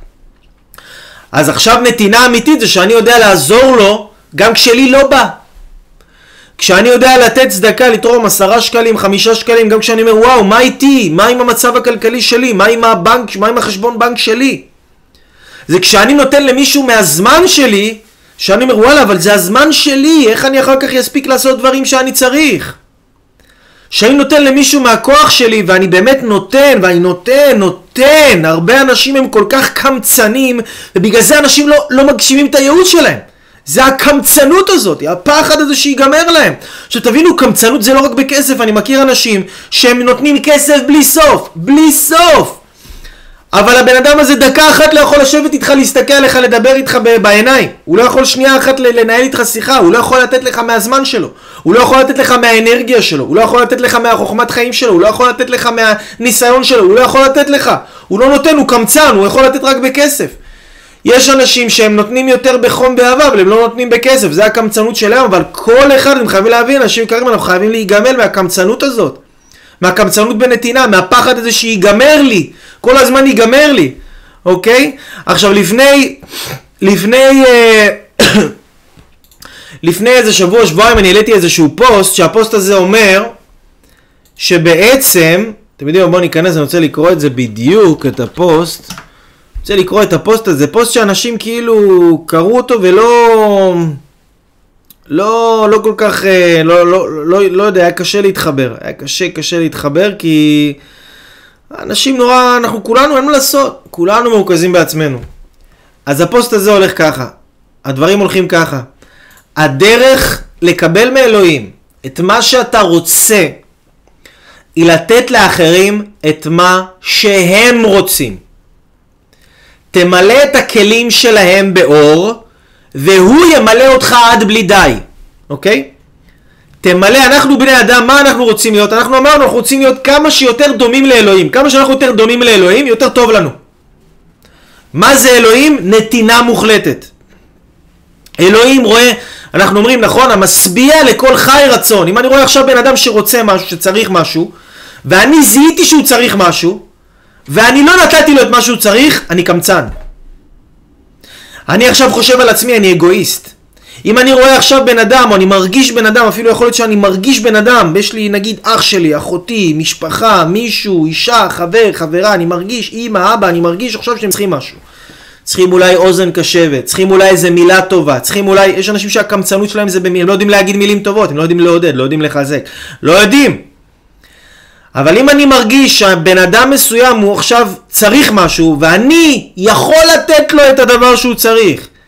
אז עכשיו נתינה אמיתית זה שאני יודע לעזור לו גם כשלי לא בא. כשאני יודע לתת צדקה, לתרום עשרה שקלים, חמישה שקלים, גם כשאני אומר וואו, מה איתי? מה עם המצב הכלכלי שלי? מה עם הבנק, מה עם החשבון בנק שלי? זה כשאני נותן למישהו מהזמן שלי, שאני אומר וואלה, אבל זה הזמן שלי, איך אני אחר כך יספיק לעשות דברים שאני צריך? שאני נותן למישהו מהכוח שלי ואני באמת נותן ואני נותן, נותן. הרבה אנשים הם כל כך קמצנים ובגלל זה אנשים לא, לא מגשימים את הייעוד שלהם. זה הקמצנות הזאת, הפחד הזה שיגמר להם. שתבינו, קמצנות זה לא רק בכסף. אני מכיר אנשים שהם נותנים כסף בלי סוף, בלי סוף. אבל הבן אדם הזה דקה אחת לא יכול לשבת איתך, להסתכל עליך, לדבר איתך בעיניים. הוא לא יכול שנייה אחת לנהל איתך שיחה. הוא לא יכול לתת לך מהזמן שלו. הוא לא יכול לתת לך מהאנרגיה שלו. הוא לא יכול לתת לך מהחוכמת חיים שלו. הוא לא יכול לתת לך מהניסיון שלו. הוא לא יכול לתת לך. הוא לא נותן, הוא קמצן. הוא יכול לתת רק בכסף. יש אנשים שהם נותנים יותר בחום באהבה, אבל הם לא נותנים בכסף. זה הקמצנות שלהם. אבל כל אחד, הם חייבים להבין, אנשים יקרים, אנחנו חייבים להיגמל מהקמצנות הזאת. מהקמצנות בנתינה, מהפחד הזה שיגמר לי. כל הזמן ייגמר לי. אוקיי? עכשיו לפני, לפני, לפני איזה שבוע, שבועיים, אני העליתי איזשהו פוסט, שהפוסט הזה אומר, שבעצם, אתם יודעים, בואו ניכנס, אני רוצה לקרוא את זה בדיוק, את הפוסט. אני רוצה לקרוא את הפוסט הזה, פוסט שאנשים כאילו קראו אותו ולא, לא, לא כל כך, לא, לא, לא, לא יודע, היה קשה להתחבר. היה קשה, קשה להתחבר, כי אנשים נורא, אנחנו כולנו, אין מה לעשות, כולנו מרוכזים בעצמנו. אז הפוסט הזה הולך ככה, הדברים הולכים ככה. הדרך לקבל מאלוהים את מה שאתה רוצה, היא לתת לאחרים את מה שהם רוצים. תמלא את הכלים שלהם באור, והוא ימלא אותך עד בלי די. אוקיי? תמלא, אנחנו בני אדם, מה אנחנו רוצים להיות? אנחנו אמרנו, אנחנו רוצים להיות כמה שיותר דומים לאלוהים. כמה שאנחנו יותר דומים לאלוהים, יותר טוב לנו. מה זה אלוהים? נתינה מוחלטת. אלוהים רואה, אנחנו אומרים, נכון, המשביע לכל חי רצון. אם אני רואה עכשיו בן אדם שרוצה משהו, שצריך משהו, ואני זיהיתי שהוא צריך משהו, ואני לא נתתי לו את מה שהוא צריך, אני קמצן. אני עכשיו חושב על עצמי, אני אגואיסט. אם אני רואה עכשיו בן אדם, או אני מרגיש בן אדם, אפילו יכול להיות שאני מרגיש בן אדם, יש לי נגיד אח שלי, אחותי, משפחה, מישהו, אישה, חבר, חברה, אני מרגיש, אמא, אבא, אני מרגיש עכשיו שהם צריכים משהו. צריכים אולי אוזן קשבת, צריכים אולי איזה מילה טובה, צריכים אולי, יש אנשים שהקמצנות שלהם זה במילים, הם לא יודעים להגיד מילים טובות, הם לא יודעים לעודד, לא יודעים לחזק, לא יודעים. אבל אם אני מרגיש שהבן אדם מסוים הוא עכשיו צריך משהו, ואני יכול לתת לו את הדבר שהוא צריך,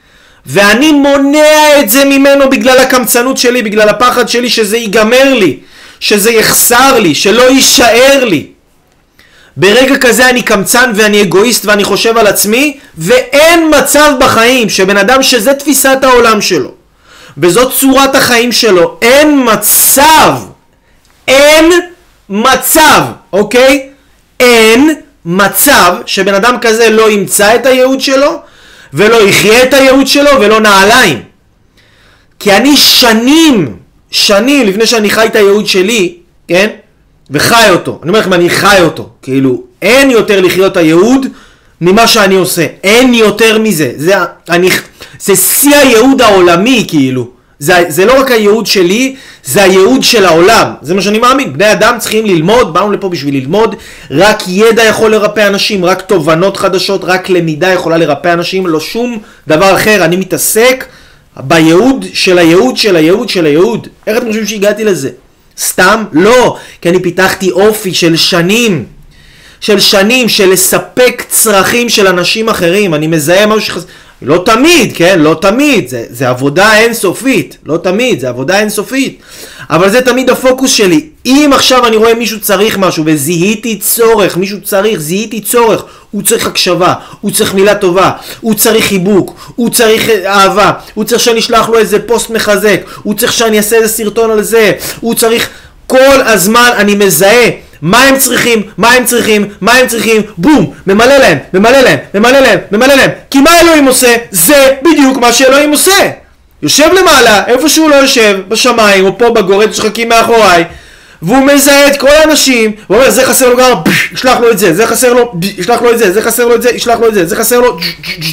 ואני מונע את זה ממנו בגלל הקמצנות שלי, בגלל הפחד שלי שזה ייגמר לי, שזה יחסר לי, שלא יישאר לי. ברגע כזה אני קמצן ואני אגואיסט ואני חושב על עצמי, ואין מצב בחיים שבן אדם שזה תפיסת העולם שלו, וזאת צורת החיים שלו, אין מצב, אין מצב, אוקיי? אין מצב שבן אדם כזה לא ימצא את הייעוד שלו, ולא יחיה את הייעוד שלו, ולא נעליים. כי אני שנים, שנים לפני שאני חי את הייעוד שלי, כן? וחי אותו. אני אומר לכם, אני חי אותו. כאילו, אין יותר לחיות הייעוד ממה שאני עושה. אין יותר מזה. זה, אני, זה שיא הייעוד העולמי, כאילו. זה, זה לא רק הייעוד שלי, זה הייעוד של העולם. זה מה שאני מאמין. בני אדם צריכים ללמוד, באנו לפה בשביל ללמוד. רק ידע יכול לרפא אנשים, רק תובנות חדשות, רק למידה יכולה לרפא אנשים, לא שום דבר אחר. אני מתעסק בייעוד של הייעוד של הייעוד של הייעוד. איך אתם חושבים שהגעתי לזה? סתם? לא. כי אני פיתחתי אופי של שנים. של שנים, של לספק צרכים של אנשים אחרים. אני מזהה משהו שחס... לא תמיד, כן? לא תמיד. זה, זה עבודה אינסופית. לא תמיד, זה עבודה אינסופית. אבל זה תמיד הפוקוס שלי. אם עכשיו אני רואה מישהו צריך משהו וזיהיתי צורך, מישהו צריך, זיהיתי צורך, הוא צריך הקשבה, הוא צריך מילה טובה, הוא צריך חיבוק, הוא צריך אהבה, הוא צריך שאני אשלח לו איזה פוסט מחזק, הוא צריך שאני אעשה איזה סרטון על זה, הוא צריך, כל הזמן אני מזהה מה הם צריכים, מה הם צריכים, מה הם צריכים, בום, ממלא להם, ממלא להם, ממלא להם, ממלא להם. כי מה אלוהים עושה? זה בדיוק מה שאלוהים עושה. יושב למעלה, איפה שהוא לא יושב, בשמיים, או פה בגורד שחקים מאחוריי, והוא מזהה את כל האנשים, הוא אומר, זה חסר לו גם, ישלח לו את זה, זה חסר לו, ישלח לו את זה, זה חסר לו את זה, ישלח לו את זה, זה חסר לו.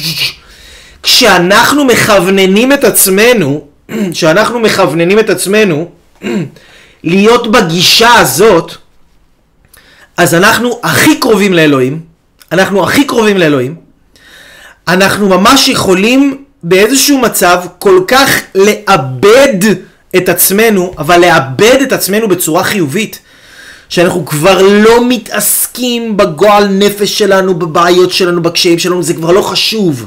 כשאנחנו מכווננים את עצמנו, כשאנחנו מכווננים את עצמנו, להיות בגישה הזאת, אז אנחנו הכי קרובים לאלוהים, אנחנו הכי קרובים לאלוהים, אנחנו ממש יכולים באיזשהו מצב כל כך לאבד את עצמנו, אבל לאבד את עצמנו בצורה חיובית, שאנחנו כבר לא מתעסקים בגועל נפש שלנו, בבעיות שלנו, בקשיים שלנו, זה כבר לא חשוב.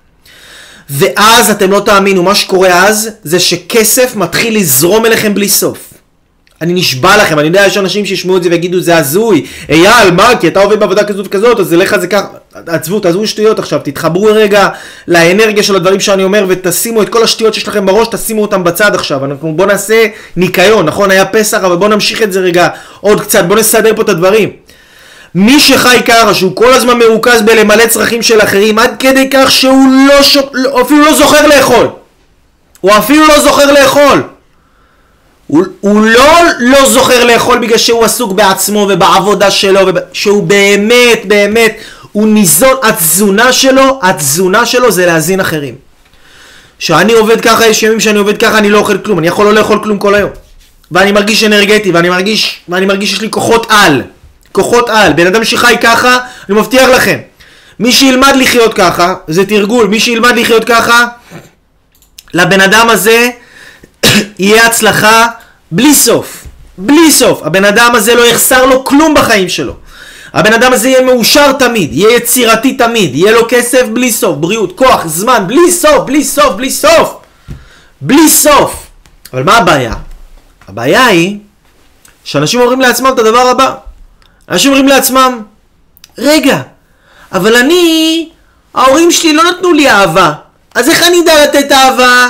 ואז אתם לא תאמינו, מה שקורה אז זה שכסף מתחיל לזרום אליכם בלי סוף. אני נשבע לכם, אני יודע יש אנשים שישמעו את זה ויגידו זה הזוי, אייל, מה, כי אתה עובד בעבודה כזאת וכזאת, אז זה לך זה ככה, עצבו, תעזבו שטויות עכשיו, תתחברו רגע לאנרגיה של הדברים שאני אומר, ותשימו את כל השטויות שיש לכם בראש, תשימו אותם בצד עכשיו, אנחנו בוא נעשה ניקיון, נכון, היה פסח, אבל בוא נמשיך את זה רגע עוד קצת, בוא נסדר פה את הדברים. מי שחי ככה, שהוא כל הזמן מרוכז בלמלא צרכים של אחרים, עד כדי כך שהוא לא, ש... אפילו לא זוכר לאכול, הוא אפילו לא זוכר לאכול. הוא, הוא לא לא זוכר לאכול בגלל שהוא עסוק בעצמו ובעבודה שלו, שהוא באמת באמת הוא ניזון, התזונה שלו, התזונה שלו זה להזין אחרים. שאני עובד ככה, יש ימים שאני עובד ככה, אני לא אוכל כלום, אני יכול לא לאכול כלום כל היום, ואני מרגיש אנרגטי, ואני מרגיש, ואני מרגיש שיש לי כוחות על, כוחות על. בן אדם שחי ככה, אני מבטיח לכם, מי שילמד לחיות ככה, זה תרגול, מי שילמד לחיות ככה, לבן אדם הזה יהיה הצלחה בלי סוף, בלי סוף. הבן אדם הזה לא יחסר לו כלום בחיים שלו. הבן אדם הזה יהיה מאושר תמיד, יהיה יצירתי תמיד, יהיה לו כסף בלי סוף, בריאות, כוח, זמן, בלי סוף, בלי סוף, בלי סוף, בלי סוף. אבל מה הבעיה? הבעיה היא שאנשים אומרים לעצמם את הדבר הבא. אנשים אומרים לעצמם, רגע, אבל אני, ההורים שלי לא נתנו לי אהבה, אז איך אני יודע לתת אהבה?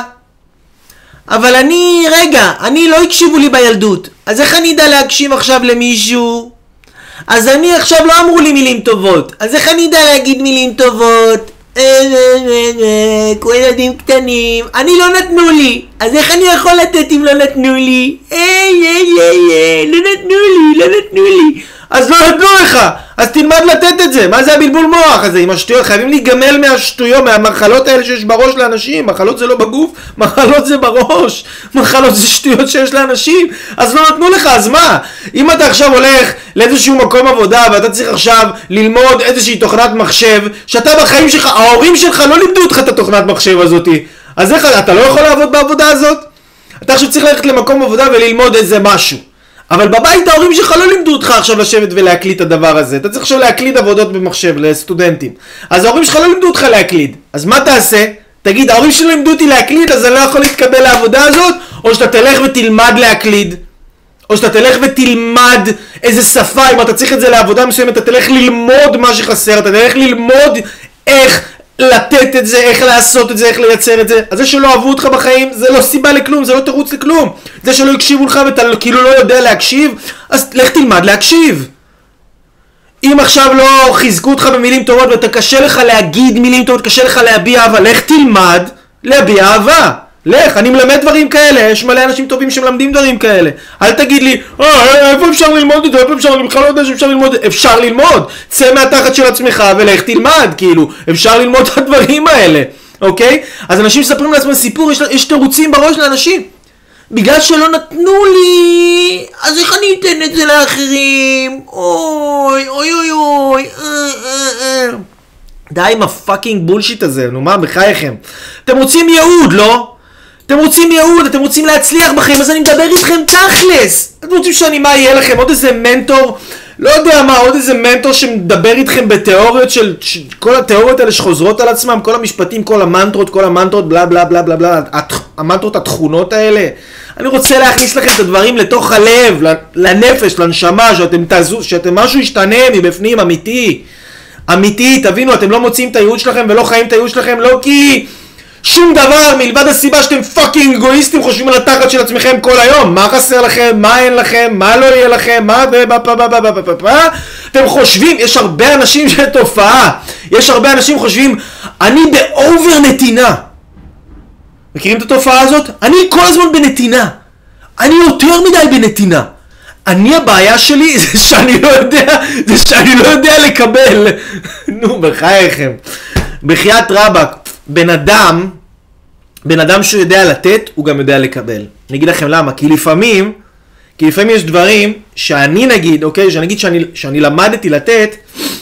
אבל אני, רגע, אני לא הקשיבו לי בילדות, אז איך אני יודע להקשיב עכשיו למישהו? אז אני עכשיו לא אמרו לי מילים טובות, אז איך אני יודע להגיד מילים טובות? כמו ילדים קטנים, אני לא נתנו לי, אז איך אני יכול לתת אם לא נתנו לי? איי איי איי איי, לא נתנו לי, לא נתנו לי. אז לא נתנו לך, אז תלמד לתת את זה. מה זה הבלבול מוח הזה עם השטויות? חייבים להיגמל מהשטויות, מהמחלות האלה שיש בראש לאנשים. מחלות זה לא בגוף, מחלות זה בראש, מחלות זה שטויות שיש לאנשים. אז לא נתנו לך, אז מה? אם אתה עכשיו הולך לאיזשהו מקום עבודה ואתה צריך עכשיו ללמוד איזושהי תוכנת מחשב שאתה בחיים שלך, ההורים שלך לא לימדו אותך את התוכנת מחשב הזאת, אז איך אתה לא יכול לעבוד בעבודה הזאת? אתה עכשיו צריך ללכת למקום עבודה וללמוד איזה משהו, אבל בבית ההורים שלך לא לימדו אותך עכשיו לשבת ולהקליט את הדבר הזה. אתה צריך עכשיו להקליד עבודות במחשב לסטודנטים, אז ההורים שלך לא לימדו אותך להקליד. אז מה תעשה? תגיד, ההורים שלי לימדו אותי להקליד, אז אני לא יכול להתקבל לעבודה הזאת, או שאתה תלך ותלמד להקליד, או שאתה תלך ותלמד איזה שפה, אם אתה צריך את זה לעבודה מסוימת, אתה תלך ללמוד מה שחסר, אתה תלך ללמוד איך לתת את זה, איך לעשות את זה, איך לייצר את זה. אז זה שלא אהבו אותך בחיים, זה לא סיבה לכלום, זה לא תירוץ לכלום. זה שלא הקשיבו לך ואתה כאילו לא יודע להקשיב, אז לך תלמד להקשיב. אם עכשיו לא חיזקו אותך במילים טובות ואתה קשה לך להגיד מילים טובות, קשה לך להביע אהבה, לך תלמד להביע אהבה. לך, אני מלמד דברים כאלה, יש מלא אנשים טובים שמלמדים דברים כאלה. אל תגיד לי, אה, איפה אפשר ללמוד את זה, איפה אפשר, אני בכלל לא יודע שאפשר ללמוד, אפשר ללמוד. צא מהתחת של עצמך ולך תלמד, כאילו, אפשר ללמוד את הדברים האלה, אוקיי? אז אנשים מספרים לעצמם סיפור, יש, יש תירוצים בראש לאנשים. בגלל שלא נתנו לי, אז איך אני אתן את זה לאחרים? אוי, אוי, אוי, אוי, אה, אה, אה. די עם הפאקינג בולשיט הזה, נו מה, בחייכם. אתם רוצים ייעוד, לא? אתם רוצים ייעוד, אתם רוצים להצליח בחיים, אז אני מדבר איתכם תכלס. אתם רוצים שאני, מה יהיה לכם? עוד איזה מנטור, לא יודע מה, עוד איזה מנטור שמדבר איתכם בתיאוריות של, ש... כל התיאוריות האלה שחוזרות על עצמם, כל המשפטים, כל המנטרות, כל המנטרות, בלה בלה בלה בלה בלה, המנטרות התכונות האלה. אני רוצה להכניס לכם את הדברים לתוך הלב, לנפש, לנשמה, שאתם תעזו, שאתם משהו ישתנה מבפנים, אמיתי. אמיתי, תבינו, אתם לא מוצאים את הייעוד שלכם ולא חיים את הייעוד שלכם, לא כי שום דבר מלבד הסיבה שאתם פאקינג אגואיסטים חושבים על התחת של עצמכם כל היום. מה חסר לכם, מה אין לכם, מה לא יהיה לכם, מה אתם חושבים, יש הרבה אנשים של תופעה, יש הרבה אנשים חושבים, אני באובר נתינה. מכירים את התופעה הזאת? אני כל הזמן בנתינה, אני יותר מדי בנתינה. אני הבעיה שלי זה שאני לא יודע, זה שאני לא יודע לקבל. נו, בחייכם. בחיית רבק, בן אדם, בן אדם שהוא יודע לתת, הוא גם יודע לקבל. אני אגיד לכם למה, כי לפעמים, כי לפעמים יש דברים שאני נגיד, אוקיי, שאני אגיד שאני, שאני למדתי לתת,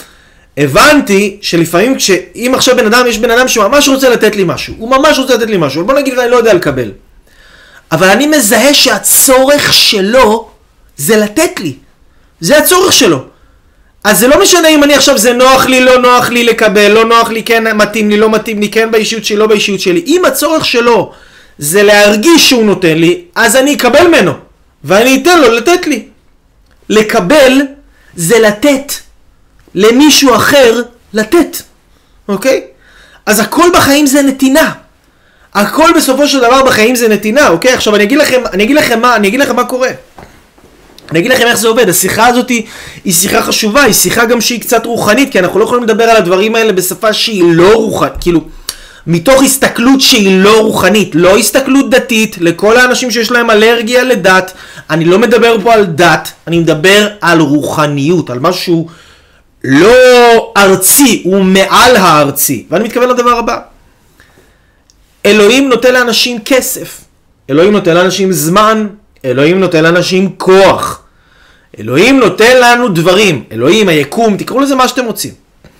הבנתי שלפעמים כשאם עכשיו בן אדם, יש בן אדם שממש רוצה לתת לי משהו, הוא ממש רוצה לתת לי משהו, בוא נגיד אני לא יודע לקבל. אבל אני מזהה שהצורך שלו זה לתת לי. זה הצורך שלו. אז זה לא משנה אם אני עכשיו זה נוח לי, לא נוח לי לקבל, לא נוח לי, כן מתאים לי, לא מתאים לי, כן באישיות שלי, לא באישיות שלי. אם הצורך שלו זה להרגיש שהוא נותן לי, אז אני אקבל ממנו. ואני אתן לו לתת לי. לקבל זה לתת. למישהו אחר לתת. אוקיי? אז הכל בחיים זה נתינה. הכל בסופו של דבר בחיים זה נתינה. אוקיי? עכשיו אני אגיד לכם, אני אגיד לכם מה, אני אגיד לכם מה קורה. אני אגיד לכם איך זה עובד. השיחה הזאת היא, היא שיחה חשובה, היא שיחה גם שהיא קצת רוחנית, כי אנחנו לא יכולים לדבר על הדברים האלה בשפה שהיא לא רוחנית, כאילו, מתוך הסתכלות שהיא לא רוחנית, לא הסתכלות דתית, לכל האנשים שיש להם אלרגיה לדת, אני לא מדבר פה על דת, אני מדבר על רוחניות, על משהו לא ארצי, הוא מעל הארצי, ואני מתכוון לדבר הבא. אלוהים נותן לאנשים כסף, אלוהים נותן לאנשים זמן, אלוהים נותן לאנשים כוח. אלוהים נותן לנו דברים. אלוהים, היקום, תקראו לזה מה שאתם רוצים.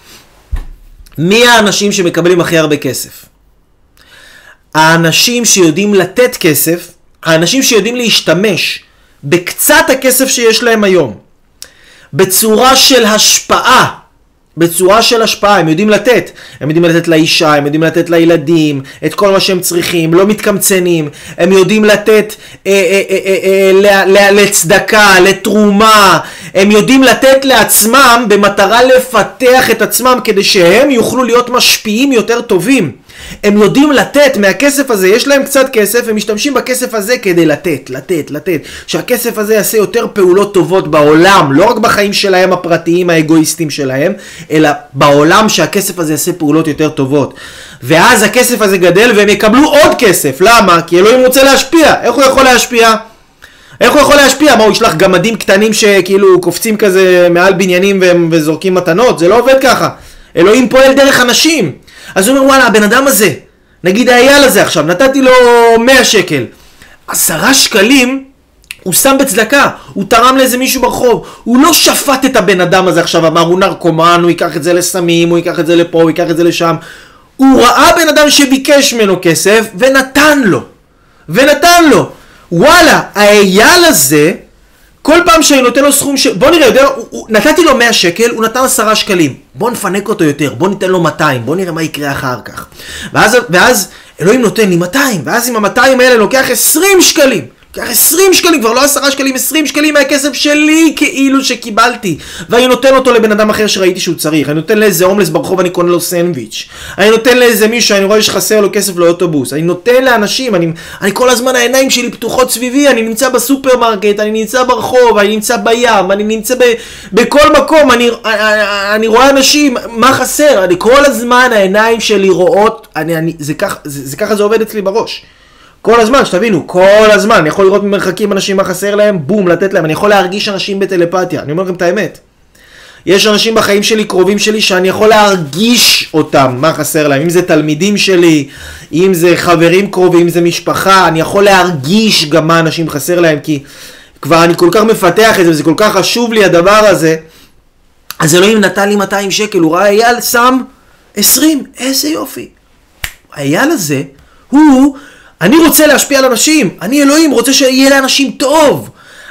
מי האנשים שמקבלים הכי הרבה כסף? האנשים שיודעים לתת כסף, האנשים שיודעים להשתמש בקצת הכסף שיש להם היום, בצורה של השפעה, בצורה של השפעה, הם יודעים לתת, הם יודעים לתת לאישה, הם יודעים לתת לילדים, את כל מה שהם צריכים, לא מתקמצנים, הם יודעים לתת אה, אה, אה, אה, אה, לצדקה, לתרומה, הם יודעים לתת לעצמם במטרה לפתח את עצמם כדי שהם יוכלו להיות משפיעים יותר טובים. הם יודעים לתת מהכסף הזה, יש להם קצת כסף, הם משתמשים בכסף הזה כדי לתת, לתת, לתת. שהכסף הזה יעשה יותר פעולות טובות בעולם, לא רק בחיים שלהם הפרטיים, האגואיסטים שלהם, אלא בעולם שהכסף הזה יעשה פעולות יותר טובות. ואז הכסף הזה גדל והם יקבלו עוד כסף. למה? כי אלוהים רוצה להשפיע. איך הוא יכול להשפיע? איך הוא יכול להשפיע? מה, הוא ישלח גמדים קטנים שכאילו קופצים כזה מעל בניינים וזורקים מתנות? זה לא עובד ככה. אלוהים פועל דרך אנשים. אז הוא אומר, וואלה, הבן אדם הזה, נגיד האייל הזה עכשיו, נתתי לו מאה שקל. עשרה שקלים הוא שם בצדקה, הוא תרם לאיזה מישהו ברחוב. הוא לא שפט את הבן אדם הזה עכשיו, אמר, הוא נרקומן, הוא ייקח את זה לסמים, הוא ייקח את זה לפה, הוא ייקח את זה לשם. הוא ראה בן אדם שביקש ממנו כסף, ונתן לו. ונתן לו. וואלה, האייל הזה, כל פעם שאני נותן לו סכום ש... בוא נראה, יודע, הוא, הוא, נתתי לו מאה שקל, הוא נתן עשרה שקלים. בוא נפנק אותו יותר, בוא ניתן לו מאתיים, בוא נראה מה יקרה אחר כך. ואז, ואז אלוהים נותן לי מאתיים, ואז עם ה-מאתיים האלה לוקח עשרים שקלים. לוקח עשרים שקלים, כבר לא עשרה שקלים, עשרים שקלים מהכסף שלי כאילו שקיבלתי. ואני נותן אותו לבן אדם אחר שראיתי שהוא צריך. אני נותן לאיזה הומלס ברחוב, אני קונה לו סנדוויץ'. אני נותן לאיזה מישהו שאני רואה שחסר לו כסף לאוטובוס. אני נותן לאנשים, אני, אני כל הזמן העיניים שלי פתוחות סביבי, אני נמצא בסופרמרקט, אני נמצא ברחוב, אני נמצא בים, אני נמצא ב, בכל מקום, אני, אני, אני רואה אנשים, מה חסר? אני כל הזמן העיניים שלי רואות, אני, אני, זה כך, זה, זה ככה זה עובד אצלי בראש. כל הזמן, שתבינו, כל הזמן, אני יכול לראות ממרחקים אנשים מה חסר להם, בום, לתת להם, אני יכול להרגיש אנשים בטלפתיה, אני אומר לכם את האמת. יש אנשים בחיים שלי, קרובים שלי, שאני יכול להרגיש אותם, מה חסר להם, אם זה תלמידים שלי, אם זה חברים קרובים, אם זה משפחה, אני יכול להרגיש גם מה אנשים חסר להם, כי כבר אני כל כך מפתח את זה, וזה כל כך חשוב לי הדבר הזה. אז אלוהים נתן לי מאתיים שקל, הוא ראה אייל שם עשרים, איזה יופי. האייל הזה, הוא... אני רוצה להשפיע על אנשים, אני אלוהים רוצה שיהיה לאנשים טוב.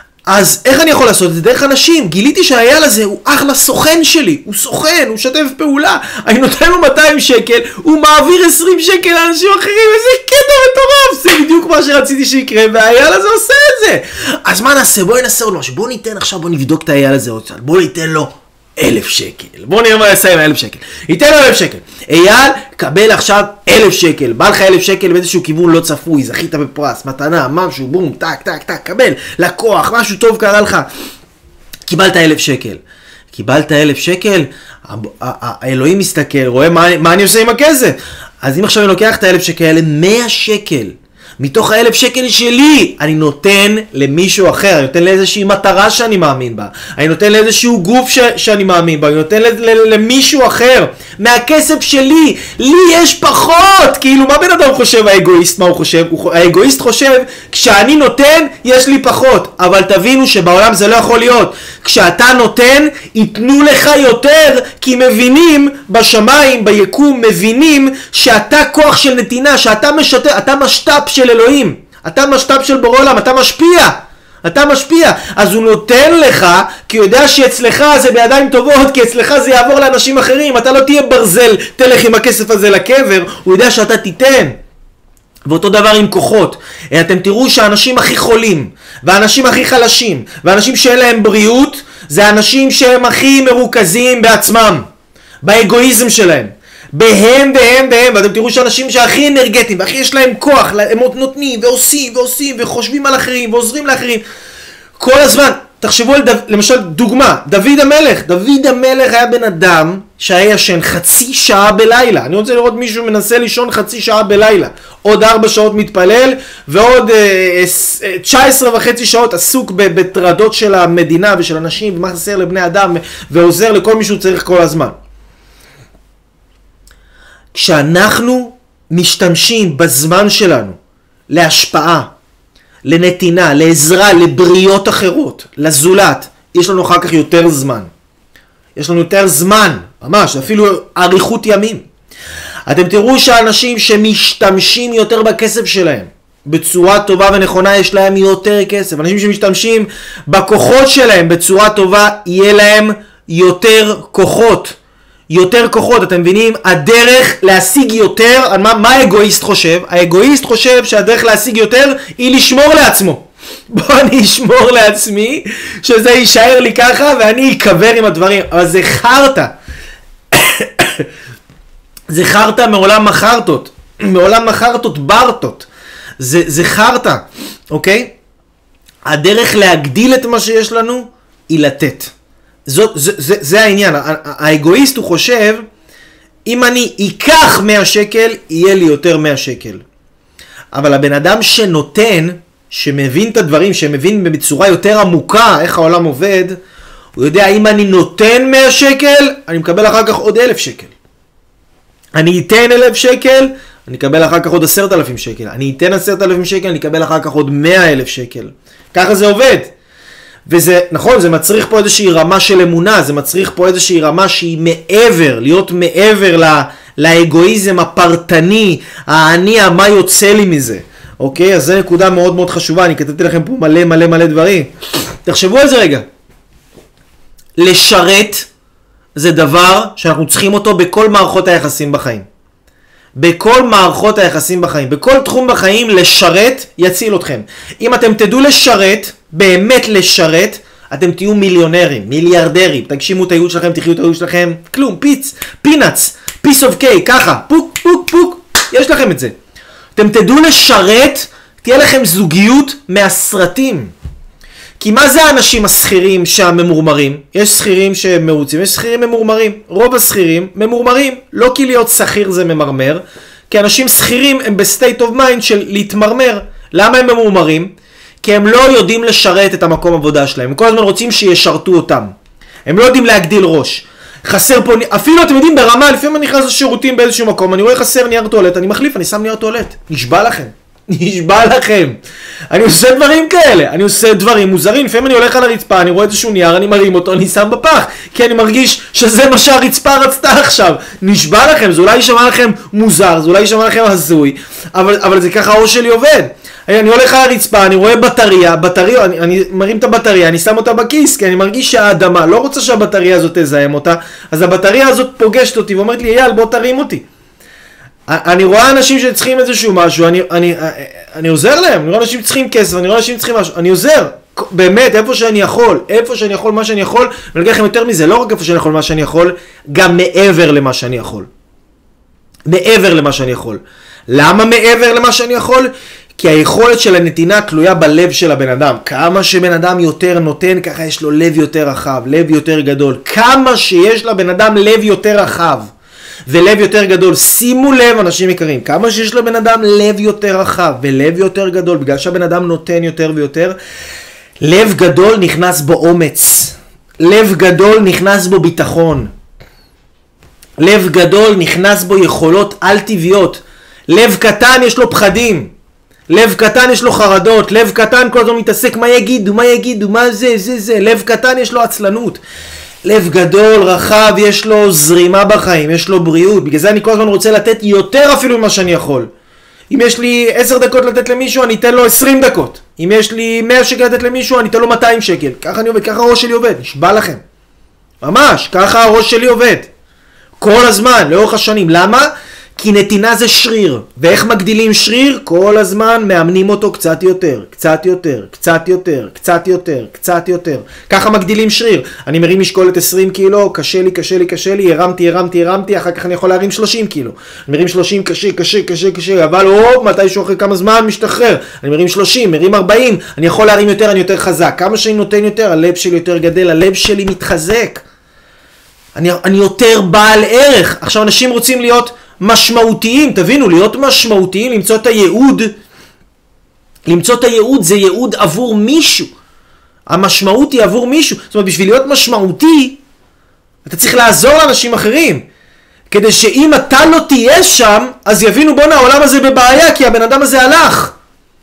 אז איך אני יכול לעשות את זה? דרך אנשים. גיליתי שהאייל הזה הוא אחלה סוכן שלי, הוא סוכן, הוא שתף פעולה. אני נותן לו מאתיים שקל, הוא מעביר עשרים שקל לאנשים אחרים, איזה קטע מטורף. זה בדיוק מה שרציתי שיקרה, והאייל הזה עושה את זה. אז מה נעשה? בואי נעשה עוד משהו, בואו ניתן עכשיו, בואו נבדוק את האייל הזה עוד קצת, בואו ניתן לו אלף שקל. בואו נראה מה יעשה עם אלף שקל. ייתן לו אלף שקל. אייל, קבל עכשיו אלף שקל. בא לך אלף שקל באיזשהו כיוון לא צפוי, זכית בפרס, מתנה, משהו, בום, טק, טק, טק, קבל. לקוח, משהו טוב קרה לך. קיבלת אלף שקל. קיבלת אלף שקל, האלוהים מסתכל, רואה מה, מה אני עושה עם הכסף. אז אם עכשיו אני לוקח את האלף שקל, מאה שקל. מתוך האלף שקל שלי, אני נותן למישהו אחר, אני נותן לאיזושהי מטרה שאני מאמין בה, אני נותן לאיזשהו גוף ש- שאני מאמין בה, אני נותן ל- ל- למישהו אחר, מהכסף שלי, לי יש פחות, כאילו מה בן אדם חושב האגואיסט, מה הוא חושב? הוא, האגואיסט חושב, כשאני נותן, יש לי פחות, אבל תבינו שבעולם זה לא יכול להיות, כשאתה נותן, ייתנו לך יותר, כי מבינים בשמיים, ביקום, מבינים שאתה כוח של נתינה, שאתה משתף, אתה משת"פ של אלוהים, אתה משת"פ של בורא עולם, אתה משפיע, אתה משפיע, אז הוא נותן לך, כי הוא יודע שאצלך זה בידיים טובות, כי אצלך זה יעבור לאנשים אחרים, אתה לא תהיה ברזל, תלך עם הכסף הזה לקבר, הוא יודע שאתה תיתן. ואותו דבר עם כוחות. אתם תראו שהאנשים הכי חולים, והאנשים הכי חלשים, והאנשים שאין להם בריאות, זה האנשים שהם הכי מרוכזים בעצמם, באגואיזם שלהם. בהם, בהם, בהם, ואתם תראו שאנשים שהכי אנרגטיים, והכי יש להם כוח, הם נותנים ועושים ועושים וחושבים על אחרים ועוזרים לאחרים. כל הזמן, תחשבו על, דו, למשל, דוגמה, דוד המלך. דוד המלך היה בן אדם שהיה ישן חצי שעה בלילה. אני רוצה לראות מישהו מנסה לישון חצי שעה בלילה. עוד ארבע שעות מתפלל, ועוד אה, תשע עשרה וחצי שעות עסוק בטרדות של המדינה ושל אנשים, ומה חסר לבני אדם, ועוזר לכל מישהו צריך כל הזמן. כשאנחנו משתמשים בזמן שלנו להשפעה, לנתינה, לעזרה, לבריות אחרות, לזולת, יש לנו אחר כך יותר זמן. יש לנו יותר זמן, ממש, אפילו אריכות ימים. אתם תראו שאנשים שמשתמשים יותר בכסף שלהם, בצורה טובה ונכונה, יש להם יותר כסף. אנשים שמשתמשים בכוחות שלהם בצורה טובה, יהיה להם יותר כוחות. יותר כוחות, אתם מבינים? הדרך להשיג יותר, מה, מה האגואיסט חושב? האגואיסט חושב שהדרך להשיג יותר היא לשמור לעצמו. בוא אני אשמור לעצמי, שזה יישאר לי ככה ואני אקבר עם הדברים. אבל זה חרטה. זה חרטה מעולם מחרטות. מעולם מחרטות ברטות. זה, זה חרטה, אוקיי? הדרך להגדיל את מה שיש לנו היא לתת. זאת, זה, זה, זה העניין. האגואיסט הוא חושב, אם אני אקח מאה שקל, יהיה לי יותר מאה שקל. אבל הבן אדם שנותן, שמבין את הדברים, שמבין בצורה יותר עמוקה איך העולם עובד, הוא יודע, אם אני נותן מאה שקל, אני מקבל אחר כך עוד אלף שקל. אני אתן אלף שקל, אני אקבל אחר כך עוד עשרת אלפים שקל. אני אתן עשרת אלפים שקל, אני אקבל אחר כך עוד מאה אלף שקל. ככה זה עובד. וזה, נכון, זה מצריך פה איזושהי רמה של אמונה, זה מצריך פה איזושהי רמה שהיא מעבר, להיות מעבר לה, לאגואיזם הפרטני, העני, מה יוצא לי מזה. אוקיי? אז זו נקודה מאוד מאוד חשובה, אני כתבתי לכם פה מלא מלא מלא דברים. תחשבו על זה רגע. לשרת זה דבר שאנחנו צריכים אותו בכל מערכות היחסים בחיים. בכל מערכות היחסים בחיים. בכל תחום בחיים לשרת יציל אתכם. אם אתם תדעו לשרת, באמת לשרת, אתם תהיו מיליונרים, מיליארדרים. תגשימו את הייעוד שלכם, תחיו את הייעוד שלכם. כלום, פיץ, פינאץ, פיס אוף קיי, ככה, פוק, פוק, פוק. יש לכם את זה. אתם תדעו לשרת, תהיה לכם זוגיות מהסרטים. כי מה זה האנשים הסחירים שהממורמרים? יש סחירים שמרוצים, יש סחירים ממורמרים. רוב הסחירים ממורמרים. לא כי להיות סחיר זה ממרמר, כי אנשים סחירים הם בסטייט אוף מיינד של להתמרמר. למה הם ממורמרים? כי הם לא יודעים לשרת את המקום עבודה שלהם. הם כל הזמן רוצים שישרתו אותם. הם לא יודעים להגדיל ראש. חסר פה, אפילו אתם יודעים ברמה, לפעמים אני נכנס לשירותים באיזשהו מקום, אני רואה חסר נייר טואלט, אני מחליף, אני שם נייר טואלט. נשבע לכם. נשבע לכם. אני עושה דברים כאלה, אני עושה דברים מוזרים. לפעמים אני הולך על הרצפה, אני רואה איזשהו נייר, אני מרים אותו, אני שם בפח, כי אני מרגיש שזה מה שהרצפה רצתה עכשיו. נשבע לכם, זה אולי יישמע לכם מוזר, זה אולי יישמע לכם הזוי, אבל, אבל זה ככה הראש שלי עובד. אני הולך על הרצפה, אני רואה בטריה, בטריה, אני, אני מרים את הבטריה, אני שם אותה בכיס, כי אני מרגיש שהאדמה לא רוצה שהבטריה הזאת תזהם אותה, אז הבטריה הזאת פוגשת אותי ואומרת לי, אייל, בוא תרים אותי. אני רואה אנשים שצריכים איזשהו משהו, אני, אני, אני עוזר להם, אני רואה אנשים שצריכים כסף, אני רואה אנשים שצריכים משהו, אני עוזר, באמת, איפה שאני יכול, איפה שאני יכול, מה שאני יכול, ואני אגיד לכם יותר מזה, לא רק איפה שאני יכול, מה שאני יכול, גם מעבר למה שאני יכול. מעבר למה שאני יכול. למה מעבר למה שאני יכול? כי היכולת של הנתינה תלויה בלב של הבן אדם. כמה שבן אדם יותר נותן, ככה יש לו לב יותר רחב, לב יותר גדול. כמה שיש לבן אדם לב יותר רחב ולב יותר גדול. שימו לב, אנשים יקרים, כמה שיש לבן אדם לב יותר רחב ולב יותר גדול, בגלל שהבן אדם נותן יותר ויותר, לב גדול נכנס בו אומץ. לב גדול נכנס בו ביטחון. לב גדול נכנס בו יכולות על טבעיות. לב קטן יש לו פחדים. לב קטן יש לו חרדות. לב קטן כל הזמן מתעסק מה יגידו, מה יגידו, מה זה, זה, זה. לב קטן יש לו עצלנות. לב גדול, רחב, יש לו זרימה בחיים, יש לו בריאות. בגלל זה אני כל הזמן רוצה לתת יותר אפילו ממה שאני יכול. אם יש לי עשר דקות לתת למישהו, אני אתן לו עשרים דקות. אם יש לי מאה שקל לתת למישהו, אני אתן לו מאתיים שקל. ככה אני עובד, ככה הראש שלי עובד. נשבע לכם. ממש, ככה הראש שלי עובד. כל הזמן, לאורך השנים. למה? כי נתינה זה שריר. ואיך מגדילים שריר? כל הזמן מאמנים אותו קצת יותר, קצת יותר, קצת יותר, קצת יותר, קצת יותר. ככה מגדילים שריר. אני מרים משקולת עשרים קילו, קשה לי, קשה לי, קשה לי, הרמתי, הרמתי, הרמתי, אחר כך אני יכול להרים שלושים קילו. אני מרים שלושים, קשה, קשה, קשה, קשה, אבל הופ, מתישהו אחרי כמה זמן משתחרר. אני מרים שלושים, מרים ארבעים, אני יכול להרים יותר, אני יותר חזק. כמה שאני נותן יותר, הלב שלי יותר גדל, הלב שלי מתחזק. אני, אני יותר בעל ערך. עכשיו אנשים רוצים להיות משמעותיים, תבינו, להיות משמעותיים, למצוא את הייעוד, למצוא את הייעוד זה ייעוד עבור מישהו. המשמעות היא עבור מישהו. זאת אומרת, בשביל להיות משמעותי, אתה צריך לעזור לאנשים אחרים. כדי שאם אתה לא תהיה שם, אז יבינו, בוא נה, העולם הזה בבעיה, כי הבן אדם הזה הלך.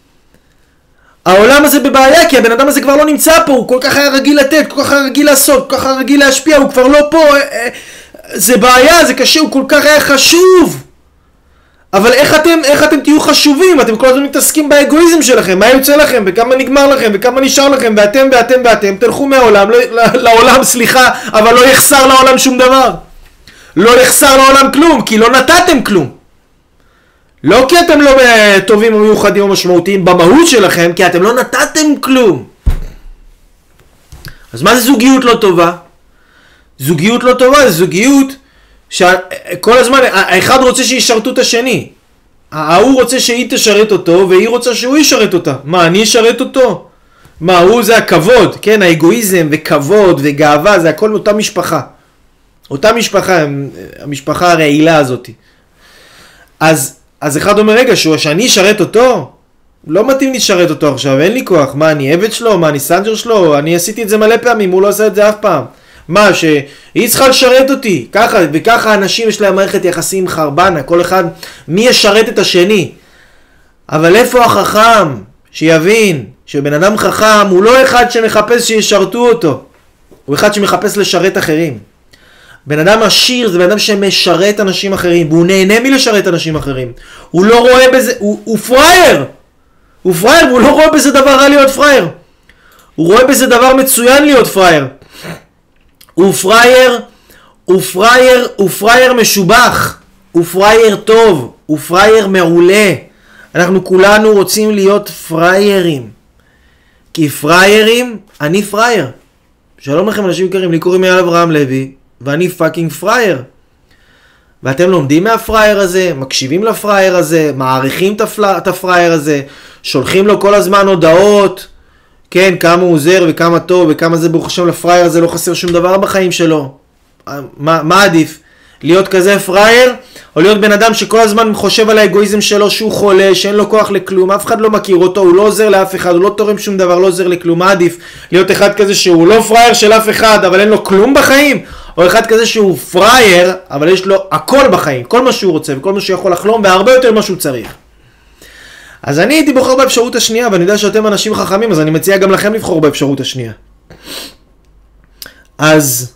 העולם הזה בבעיה, כי הבן אדם הזה כבר לא נמצא פה, הוא כל כך היה רגיל לתת, כל כך היה רגיל לעשות, כל כך היה רגיל להשפיע, הוא כבר לא פה, זה בעיה, זה קשה, הוא כל כך היה חשוב. אבל איך אתם, איך אתם תהיו חשובים? אתם כל הזמן מתעסקים באגואיזם שלכם, מה יוצא לכם, וכמה נגמר לכם, וכמה נשאר לכם, ואתם ואתם ואתם, תלכו מהעולם, לא, לעולם, סליחה, אבל לא יחסר לעולם שום דבר. לא יחסר לעולם כלום, כי לא נתתם כלום. לא כי אתם לא טובים או מיוחדים או משמעותיים במהות שלכם, כי אתם לא נתתם כלום. אז מה זה זוגיות לא טובה? זוגיות לא טובה זה זוגיות שכל הזמן האחד רוצה שישרתו את השני. ההוא רוצה שהיא תשרת אותו והיא רוצה שהוא ישרת אותה. מה, אני אשרת אותו? מה, הוא זה הכבוד, כן, האגואיזם וכבוד וגאווה, זה הכל מאותה משפחה. אותה משפחה, המשפחה הרעילה הזאת. אז אז אחד אומר, רגע, שאני אשרת אותו? לא מתאים לי לשרת אותו עכשיו, אין לי כוח. מה, אני עבד שלו? מה, אני סנג'ר שלו? אני עשיתי את זה מלא פעמים, הוא לא עשה את זה אף פעם. מה, שהיא צריכה לשרת אותי? ככה, וככה אנשים יש להם מערכת יחסים חרבנה, כל אחד, מי ישרת את השני? אבל איפה החכם? שיבין, שבן אדם חכם הוא לא אחד שמחפש שישרתו אותו, הוא אחד שמחפש לשרת אחרים. בן אדם עשיר זה בן אדם שמשרת אנשים אחרים, והוא נהנה מלשרת אנשים אחרים. הוא לא רואה בזה, הוא, הוא פרייר. הוא פרייר, והוא לא רואה בזה דבר רע להיות פרייר. הוא רואה בזה דבר מצוין להיות פרייר. הוא פרייר, הוא פרייר, הוא פרייר משובח, הוא פרייר טוב, הוא פרייר מעולה. אנחנו כולנו רוצים להיות פריירים. כי פריירים, אני פרייר. שלום לכם אנשים יקרים, לי קוראים אייל אברהם לוי, ואני פאקינג פרייר. ואתם לומדים מהפרייר הזה, מקשיבים לפרייר הזה, מעריכים את הפרייר הזה, שולחים לו כל הזמן הודעות, כן, כמה הוא עוזר וכמה טוב וכמה זה ברוך השם לפרייר הזה, לא חסר שום דבר בחיים שלו. מה, מה עדיף? להיות כזה פרייר, או להיות בן אדם שכל הזמן חושב על האגואיזם שלו, שהוא חולה, שאין לו כוח לכלום, אף אחד לא מכיר אותו, הוא לא עוזר לאף אחד, הוא לא תורם שום דבר, לא עוזר לכלום. מה עדיף? להיות אחד כזה שהוא לא פרייר של אף אחד, אבל אין לו כלום בחיים? או אחד כזה שהוא פרייר, אבל יש לו הכל בחיים, כל מה שהוא רוצה וכל מה שהוא יכול לחלום, והרבה יותר מה שהוא צריך. אז אני הייתי בוחר באפשרות השנייה, ואני יודע שאתם אנשים חכמים, אז אני מציע גם לכם לבחור באפשרות השנייה. אז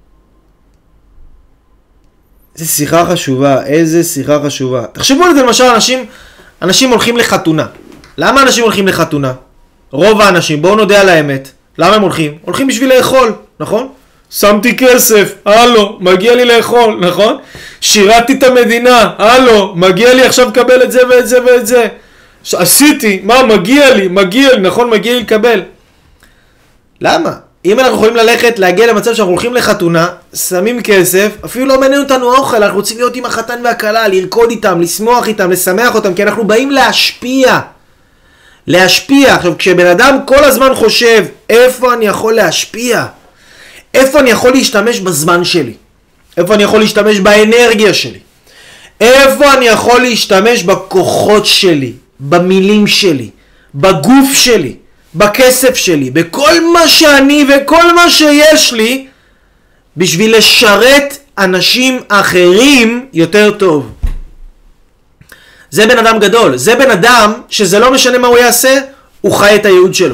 איזה שיחה חשובה, איזה שיחה חשובה. תחשבו על זה למשל, אנשים, אנשים הולכים לחתונה. למה אנשים הולכים לחתונה? רוב האנשים, בואו נודה על האמת. למה הם הולכים? הולכים בשביל לאכול, נכון? שמתי כסף, הלו, מגיע לי לאכול, נכון? שירתי את המדינה, הלו, מגיע לי עכשיו לקבל את זה ואת זה ואת זה. עשיתי, מה, מגיע לי, מגיע לי, נכון, מגיע לי לקבל. למה? אם אנחנו יכולים ללכת, להגיע למצב שאנחנו הולכים לחתונה, שמים כסף, אפילו לא מעניין אותנו האוכל, אנחנו רוצים להיות עם החתן והכלה, לרקוד איתם, לשמוח איתם, לשמח אותם, כי אנחנו באים להשפיע. להשפיע. עכשיו, כשבן אדם כל הזמן חושב, איפה אני יכול להשפיע? איפה אני יכול להשתמש בזמן שלי? איפה אני יכול להשתמש באנרגיה שלי? איפה אני יכול להשתמש בכוחות שלי, במילים שלי, בגוף שלי, בכסף שלי, בכל מה שאני וכל מה שיש לי, בשביל לשרת אנשים אחרים יותר טוב. זה בן אדם גדול. זה בן אדם שזה לא משנה מה הוא יעשה, הוא חי את הייעוד שלו.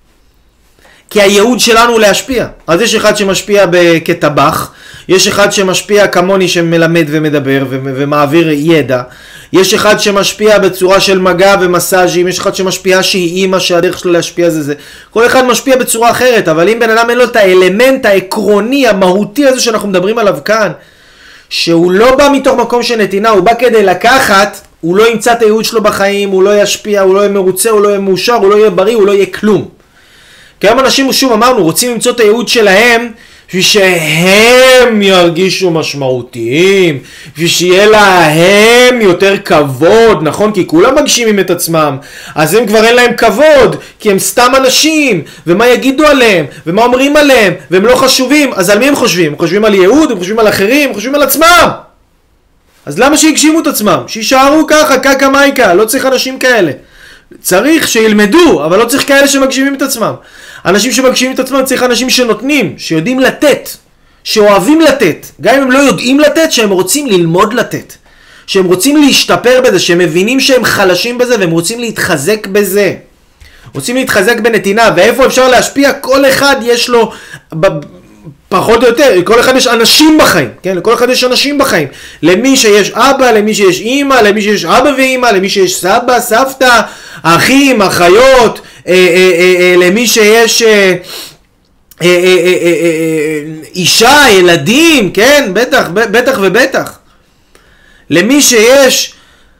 כי הייעוד שלנו הוא להשפיע. אז יש אחד שמשפיע כטבח, יש אחד שמשפיע כמוני שמלמד ומדבר ומעביר ידע, יש אחד שמשפיע בצורה של מגע ומסאז'ים, יש אחד שמשפיע שהיא אימא שהדרך שלו להשפיע זה זה. כל אחד משפיע בצורה אחרת, אבל אם בן אדם אין לו את האלמנט העקרוני, המהותי הזה שאנחנו מדברים עליו כאן, שהוא לא בא מתוך מקום של נתינה, הוא בא כדי לקחת, הוא לא ימצא את הייעוד שלו בחיים, הוא לא ישפיע, הוא לא יהיה מרוצה, הוא לא יהיה מאושר, הוא לא יהיה בריא, הוא לא יהיה כלום. כי היום אנשים, שוב אמרנו, רוצים למצוא את הייעוד שלהם, בשביל שהם ירגישו משמעותיים, בשביל שיהיה להם יותר כבוד, נכון? כי כולם מגשימים את עצמם, אז הם כבר אין להם כבוד, כי הם סתם אנשים, ומה יגידו עליהם, ומה אומרים עליהם, והם לא חשובים, אז על מי הם חושבים? הם חושבים על ייעוד, הם חושבים על אחרים, הם חושבים על עצמם. אז למה שיגשימו את עצמם? שישארו ככה, קקה מייקה, לא צריך אנשים כאלה. צריך שילמדו, אבל לא צריך כאלה שמגשימים את עצמם. אנשים שמגשימים את עצמם צריך אנשים שנותנים, שיודעים לתת, שאוהבים לתת. גם אם הם לא יודעים לתת, שהם רוצים ללמוד לתת. שהם רוצים להשתפר בזה, שהם מבינים שהם חלשים בזה והם רוצים להתחזק בזה. רוצים להתחזק בנתינה, ואיפה אפשר להשפיע? כל אחד יש לו, פחות או יותר, כל אחד יש אנשים בחיים, כן? לכל אחד יש אנשים בחיים. למי שיש אבא, למי שיש אמא, למי שיש אבא ואמא, למי שיש סבא, סבתא, אחים, אחיות, אה, אה, אה, אה, למי שיש אה, אה, אה, אה, אה, אישה, ילדים, כן? בטח, בטח ובטח. למי שיש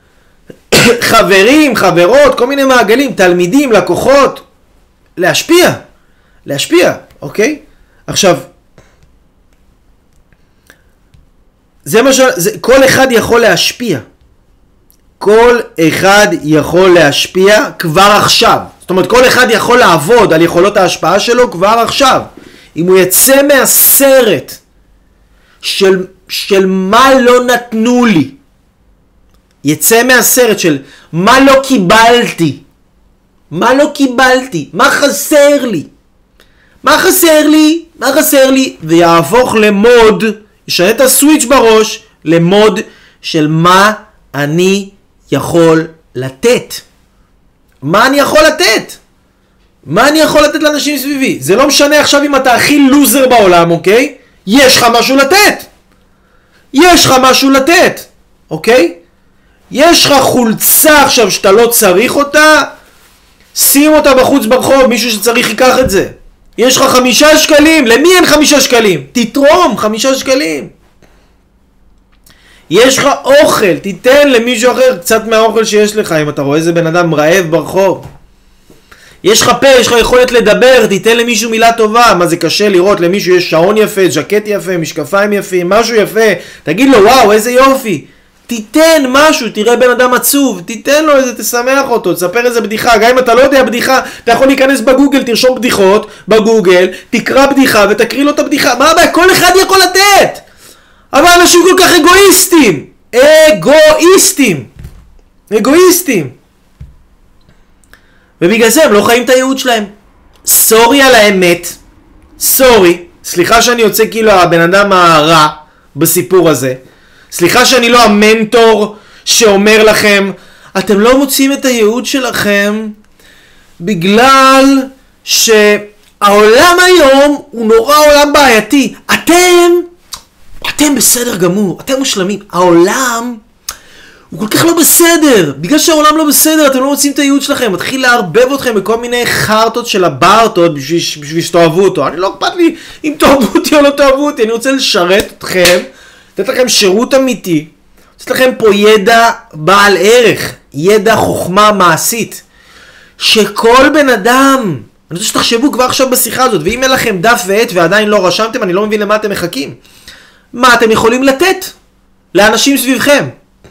חברים, חברות, כל מיני מעגלים, תלמידים, לקוחות, להשפיע, להשפיע, אוקיי? עכשיו, זה מה ש... זה... כל אחד יכול להשפיע. כל אחד יכול להשפיע כבר עכשיו. זאת אומרת, כל אחד יכול לעבוד על יכולות ההשפעה שלו כבר עכשיו. אם הוא יצא מהסרט של, של מה לא נתנו לי, יצא מהסרט של מה לא קיבלתי, מה לא קיבלתי, מה חסר לי, מה חסר לי, מה חסר לי, ויהפוך למוד, ישנה את הסוויץ' בראש, למוד של מה אני יכול לתת. מה אני יכול לתת? מה אני יכול לתת לאנשים סביבי? זה לא משנה עכשיו אם אתה הכי לוזר בעולם, אוקיי? יש לך משהו לתת. יש לך משהו לתת, אוקיי? יש לך חולצה עכשיו שאתה לא צריך אותה, שים אותה בחוץ ברחוב, מישהו שצריך ייקח את זה. יש לך חמישה שקלים, למי אין חמישה שקלים? תתרום חמישה שקלים. יש לך אוכל, תיתן למישהו אחר קצת מהאוכל שיש לך, אם אתה רואה איזה בן אדם רעב ברחוב. יש לך פה, יש לך יכולת לדבר, תיתן למישהו מילה טובה. מה זה קשה לראות למישהו יש שעון יפה, ז'קט יפה, משקפיים יפים, משהו יפה, תגיד לו וואו איזה יופי. תיתן משהו, תראה בן אדם עצוב, תיתן לו איזה, תשמח אותו, תספר איזה בדיחה. גם אם אתה לא יודע בדיחה, אתה יכול להיכנס בגוגל, תרשום בדיחות בגוגל, תקרא בדיחה ותקריא לו את הבדיחה. מה הבעיה? כל אחד יכול לתת. אבל אנשים כל כך אגואיסטים. אגואיסטים. אגואיסטים. ובגלל זה הם לא חיים את הייעוד שלהם. סורי על האמת. סורי. סליחה שאני יוצא כאילו הבן אדם הרע בסיפור הזה. סליחה שאני לא המנטור שאומר לכם, אתם לא מוצאים את הייעוד שלכם בגלל שהעולם היום הוא נורא עולם בעייתי. אתם, אתם בסדר גמור, אתם מושלמים. העולם הוא כל כך לא בסדר. בגלל שהעולם לא בסדר, אתם לא מוצאים את הייעוד שלכם. מתחיל להרבב אתכם בכל מיני חרטות של הברטות בשביל, בשביל שתאהבו אותו. אני לא אכפת לי אם תאהבו אותי או לא תאהבו אותי. אני רוצה לשרת אתכם, לתת לכם שירות אמיתי, לתת לכם פה ידע בעל ערך, ידע חוכמה מעשית, שכל בן אדם, אני רוצה שתחשבו כבר עכשיו בשיחה הזאת, ואם אין לכם דף ועט ועדיין לא רשמתם, אני לא מבין למה אתם מחכים. מה אתם יכולים לתת לאנשים סביבכם?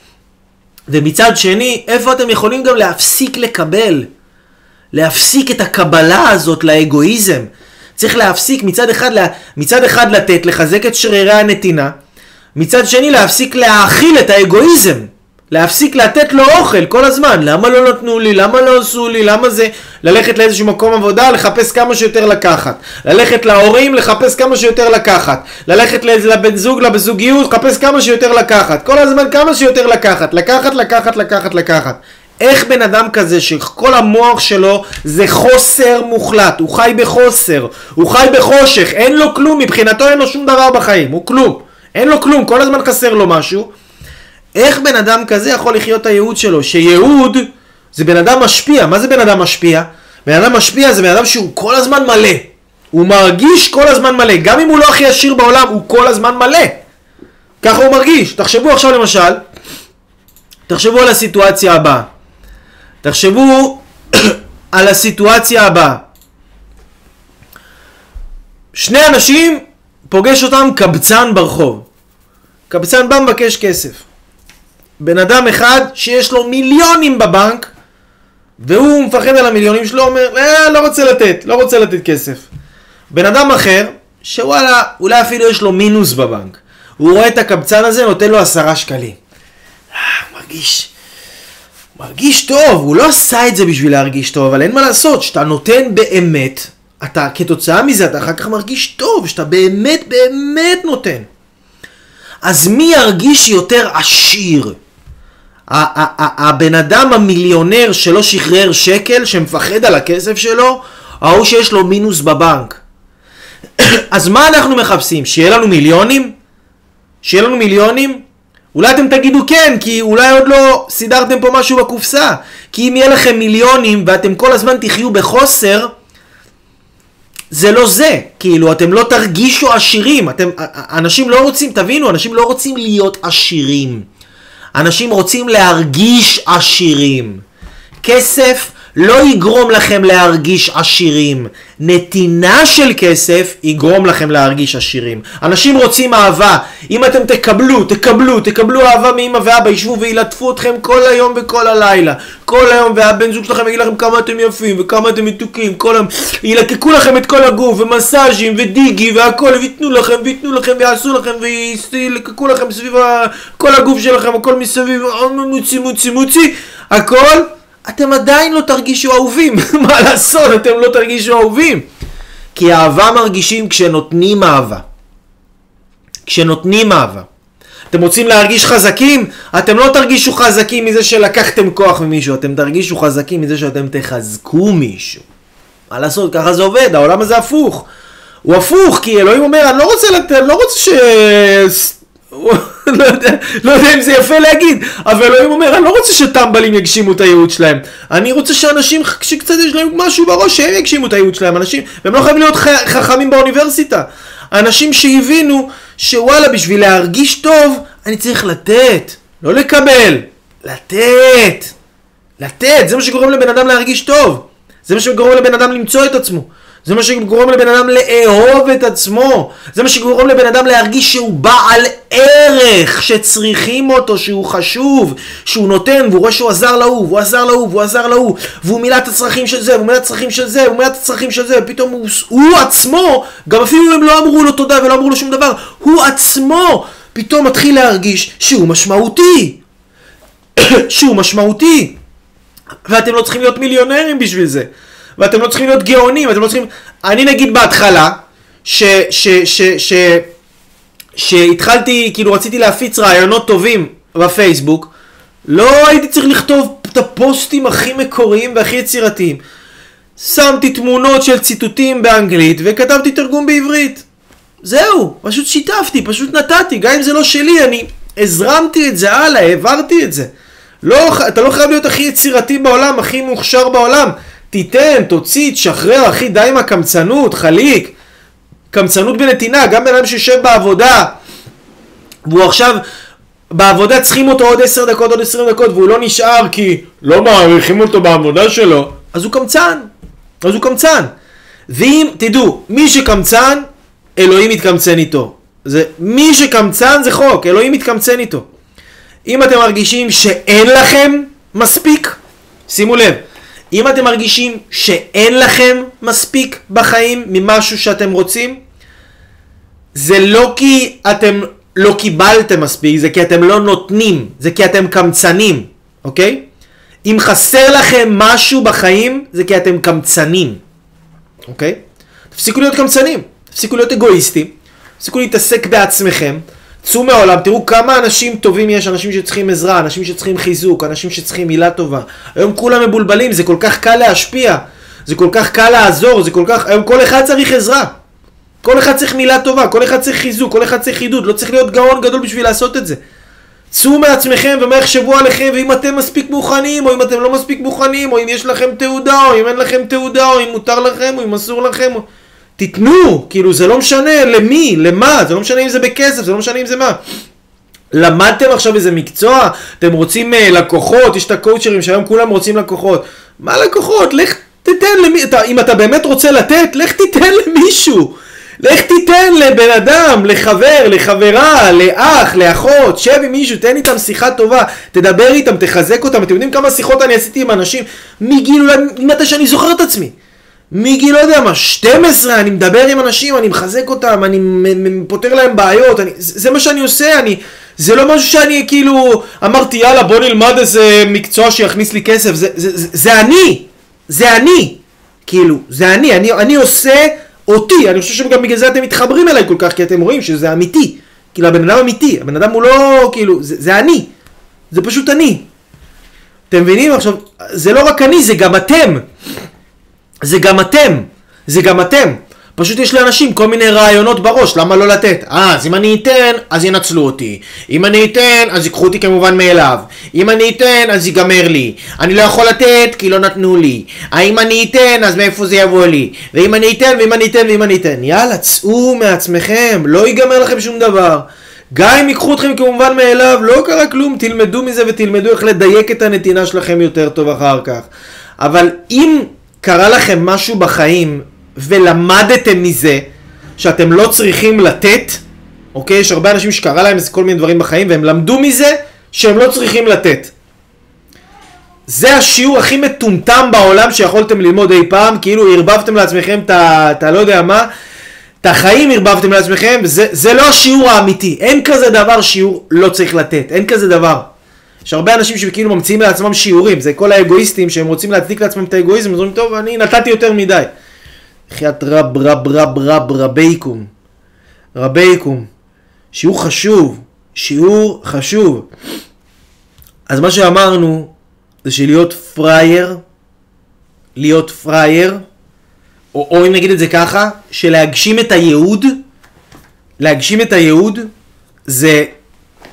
ומצד שני, איפה אתם יכולים גם להפסיק לקבל? להפסיק את הקבלה הזאת לאגואיזם. צריך להפסיק מצד אחד, מצד אחד לתת, לחזק את שרירי הנתינה, מצד שני להפסיק להאכיל את האגואיזם. להפסיק לתת לו אוכל כל הזמן. למה לא נתנו לי? למה לא עשו לי? למה זה? ללכת לאיזשהו מקום עבודה, לחפש כמה שיותר לקחת. ללכת להורים, לחפש כמה שיותר לקחת. ללכת לבן זוג, לבזוגיות, לחפש כמה שיותר לקחת. כל הזמן כמה שיותר לקחת. לקחת, לקחת, לקחת, לקחת. איך בן אדם כזה שכל המוח שלו זה חוסר מוחלט, הוא חי בחוסר, הוא חי בחושך, אין לו כלום, מבחינתו אין לו שום דבר בחיים, הוא כלום. אין לו כלום, כל הזמן חסר לו משהו. איך בן אדם כזה יכול לחיות את הייעוד שלו? שייעוד זה בן אדם משפיע. מה זה בן אדם משפיע? בן אדם משפיע זה בן אדם שהוא כל הזמן מלא. הוא מרגיש כל הזמן מלא. גם אם הוא לא הכי עשיר בעולם, הוא כל הזמן מלא. ככה הוא מרגיש. תחשבו עכשיו למשל, תחשבו על הסיטואציה הבאה. תחשבו על הסיטואציה הבאה. שני אנשים, פוגש אותם קבצן ברחוב. קבצן בא מבקש כסף. בן אדם אחד שיש לו מיליונים בבנק, והוא מפחד על המיליונים שלו, אומר, אה, לא רוצה לתת, לא רוצה לתת כסף. בן אדם אחר, שוואלה, אולי אפילו יש לו מינוס בבנק. הוא רואה את הקבצן הזה, נותן לו עשרה שקלים. אה, מרגיש, מרגיש טוב, הוא לא עשה את זה בשביל להרגיש טוב, אבל אין מה לעשות, שאתה נותן באמת, אתה כתוצאה מזה, אתה אחר כך מרגיש טוב, שאתה באמת באמת נותן. אז מי ירגיש יותר עשיר? הבן אדם המיליונר שלא שחרר שקל, שמפחד על הכסף שלו, או הוא שיש לו מינוס בבנק? אז מה אנחנו מחפשים? שיהיה לנו מיליונים? שיהיה לנו מיליונים? אולי אתם תגידו כן, כי אולי עוד לא סידרתם פה משהו בקופסה. כי אם יהיה לכם מיליונים ואתם כל הזמן תחיו בחוסר, זה לא זה. כאילו, אתם לא תרגישו עשירים. אתם, אנשים לא רוצים, תבינו, אנשים לא רוצים להיות עשירים. אנשים רוצים להרגיש עשירים. כסף לא יגרום לכם להרגיש עשירים. נתינה של כסף יגרום לכם להרגיש עשירים. אנשים רוצים אהבה. אם אתם תקבלו, תקבלו, תקבלו אהבה מאמא ואבא, ישבו וילטפו אתכם כל היום וכל הלילה. כל היום, והבן זוג שלכם יגיד לכם כמה אתם יפים וכמה אתם מתוקים. כל היום, ילקקו לכם את כל הגוף, ומסאז'ים ודיגי והכל, ויתנו לכם, ויתנו לכם, ויעשו לכם, וילקקו לכם סביב כל הגוף שלכם, הכל מסביב, מוצי, מוצי, מוצי, הכל. אתם עדיין לא תרגישו אהובים. מה לעשות? אתם לא תרגישו אהובים. כי אהבה מרגישים כשנותנים אהבה. כשנותנים אהבה. אתם רוצים להרגיש חזקים? אתם לא תרגישו חזקים מזה שלקחתם כוח ממישהו. אתם תרגישו חזקים מזה שאתם תחזקו מישהו. מה לעשות? ככה זה עובד. העולם הזה הפוך. הוא הפוך, כי אלוהים אומר, אני לא רוצה לתת, אני לא רוצה ש... לא יודע, לא יודע אם זה יפה להגיד, אבל אלוהים אומר, אני לא רוצה שטמבלים יגשימו את הייעוד שלהם. אני רוצה שאנשים שקצת יש להם משהו בראש, שהם יגשימו את הייעוד שלהם. אנשים, והם לא חייבים להיות חכמים באוניברסיטה. אנשים שהבינו שוואלה, בשביל להרגיש טוב, אני צריך לתת, לא לקבל. לתת. לתת. זה מה שגורם לבן אדם להרגיש טוב. זה מה שגורם לבן אדם למצוא את עצמו. זה מה שגורם לבן אדם לאהוב את עצמו. זה מה שגורם לבן אדם להרגיש שהוא בעל ערך, שצריכים אותו, שהוא חשוב, שהוא נותן, והוא רואה שהוא עזר להוא, והוא עזר להוא, והוא עזר להוא, והוא מילא את הצרכים של זה, והוא מילא את הצרכים של זה, והוא מילא את הצרכים של זה, ופתאום הוא, הוא עצמו, גם אפילו אם הם לא אמרו לו תודה ולא אמרו לו שום דבר, הוא עצמו פתאום מתחיל להרגיש שהוא משמעותי. שהוא משמעותי. ואתם לא צריכים להיות מיליונרים בשביל זה. ואתם לא צריכים להיות גאונים, אתם לא צריכים... אני נגיד בהתחלה, ש... ש... ש... ש... שהתחלתי, כאילו רציתי להפיץ רעיונות טובים בפייסבוק, לא הייתי צריך לכתוב את הפוסטים הכי מקוריים והכי יצירתיים. שמתי תמונות של ציטוטים באנגלית וכתבתי תרגום בעברית. זהו, פשוט שיתפתי, פשוט נתתי, גם אם זה לא שלי, אני הזרמתי את זה הלאה, העברתי את זה. לא, אתה לא חייב להיות הכי יצירתי בעולם, הכי מוכשר בעולם. תיתן, תוציא, תשחרר, אחי, די עם הקמצנות, חליק. קמצנות בנתינה, גם בן אדם שיושב בעבודה, והוא עכשיו, בעבודה צריכים אותו עוד עשר דקות, עוד עשרים דקות, והוא לא נשאר כי לא מעריכים אותו בעבודה שלו, אז הוא קמצן. אז הוא קמצן. ואם, תדעו, מי שקמצן, אלוהים מתקמצן איתו. זה, מי שקמצן זה חוק, אלוהים מתקמצן איתו. אם אתם מרגישים שאין לכם מספיק, שימו לב, אם אתם מרגישים שאין לכם מספיק בחיים ממשהו שאתם רוצים, זה לא כי אתם לא קיבלתם מספיק, זה כי אתם לא נותנים, זה כי אתם קמצנים, אוקיי? אם חסר לכם משהו בחיים, זה כי אתם קמצנים, אוקיי? תפסיקו להיות קמצנים, תפסיקו להיות אגואיסטים, תפסיקו להתעסק בעצמכם, צאו מהעולם, תראו כמה אנשים טובים יש, אנשים שצריכים עזרה, אנשים שצריכים חיזוק, אנשים שצריכים מילה טובה. היום כולם מבולבלים, זה כל כך קל להשפיע, זה כל כך קל לעזור, זה כל כך... היום כל אחד צריך עזרה. כל אחד צריך מילה טובה, כל אחד צריך חיזוק, כל אחד צריך חידוד, לא צריך להיות גאון גדול בשביל לעשות את זה. צאו מעצמכם ומה יחשבו עליכם, ואם אתם מספיק מוכנים, או אם אתם לא מספיק מוכנים, או אם יש לכם תעודה, או אם אין לכם תעודה, או אם מותר לכם, או אם אסור לכם, או... תתנו, כאילו זה לא משנה למי, למה, זה לא משנה אם זה בכסף, זה לא משנה אם זה מה. למדתם עכשיו איזה מקצוע, אתם רוצים uh, לקוחות, יש את הקואוצ'רים שהיום כולם רוצים לקוחות. מה לקוחות? לך תיתן למי, אתה, אם אתה באמת רוצה לתת, לך תיתן למישהו. לך תיתן לבן אדם, לחבר, לחברה, לאח, לאחות, שב עם מישהו, תן איתם שיחה טובה, תדבר איתם, תחזק אותם. אתם יודעים כמה שיחות אני עשיתי עם אנשים מגיל, מתי שאני זוכר את עצמי. מגיל, לא יודע מה, שתים עשרה, אני מדבר עם אנשים, אני מחזק אותם, אני פותר להם בעיות, אני, זה, זה מה שאני עושה, אני, זה לא משהו שאני כאילו אמרתי, יאללה, בוא נלמד איזה מקצוע שיכניס לי כסף, זה, זה, זה, זה אני, זה אני, כאילו, זה אני, אני, אני עושה אותי, אני חושב שגם בגלל זה אתם מתחברים אליי כל כך, כי אתם רואים שזה אמיתי, כאילו, הבן אדם אמיתי, הבן אדם הוא לא, כאילו, זה, זה אני, זה פשוט אני, אתם מבינים? עכשיו, זה לא רק אני, זה גם אתם, זה גם אתם, זה גם אתם. פשוט יש לאנשים כל מיני רעיונות בראש, למה לא לתת? אה, אז אם אני אתן, אז ינצלו אותי. אם אני אתן, אז ייקחו אותי כמובן מאליו. אם אני אתן, אז ייגמר לי. אני לא יכול לתת, כי לא נתנו לי. האם אני אתן, אז מאיפה זה יבוא לי? ואם אני אתן, ואם אני אתן, ואם אני אתן. יאללה, צאו מעצמכם, לא ייגמר לכם שום דבר. גם אם ייקחו אתכם כמובן מאליו, לא קרה כלום, תלמדו מזה ותלמדו איך לדייק את הנתינה שלכם יותר טוב אחר כך. אבל אם קרה לכם משהו בחיים ולמדתם מזה שאתם לא צריכים לתת, אוקיי? יש הרבה אנשים שקרה להם כל מיני דברים בחיים והם למדו מזה שהם לא צריכים לתת. זה השיעור הכי מטומטם בעולם שיכולתם ללמוד אי פעם, כאילו הרבבתם לעצמכם את ה... לא יודע מה, את החיים הרבבתם לעצמכם, זה, זה לא השיעור האמיתי. אין כזה דבר שיעור לא צריך לתת, אין כזה דבר. יש הרבה אנשים שכאילו ממציאים לעצמם שיעורים, זה כל האגואיסטים שהם רוצים להצדיק לעצמם את האגואיזם, הם אומרים, טוב, אני נתתי יותר מדי. חיית רב רב רב רב רבייקום. רבייקום. שיעור חשוב. שיעור חשוב. אז מה שאמרנו, זה שלהיות פרייר, להיות פרייר, או, או אם נגיד את זה ככה, שלהגשים את הייעוד, להגשים את הייעוד, זה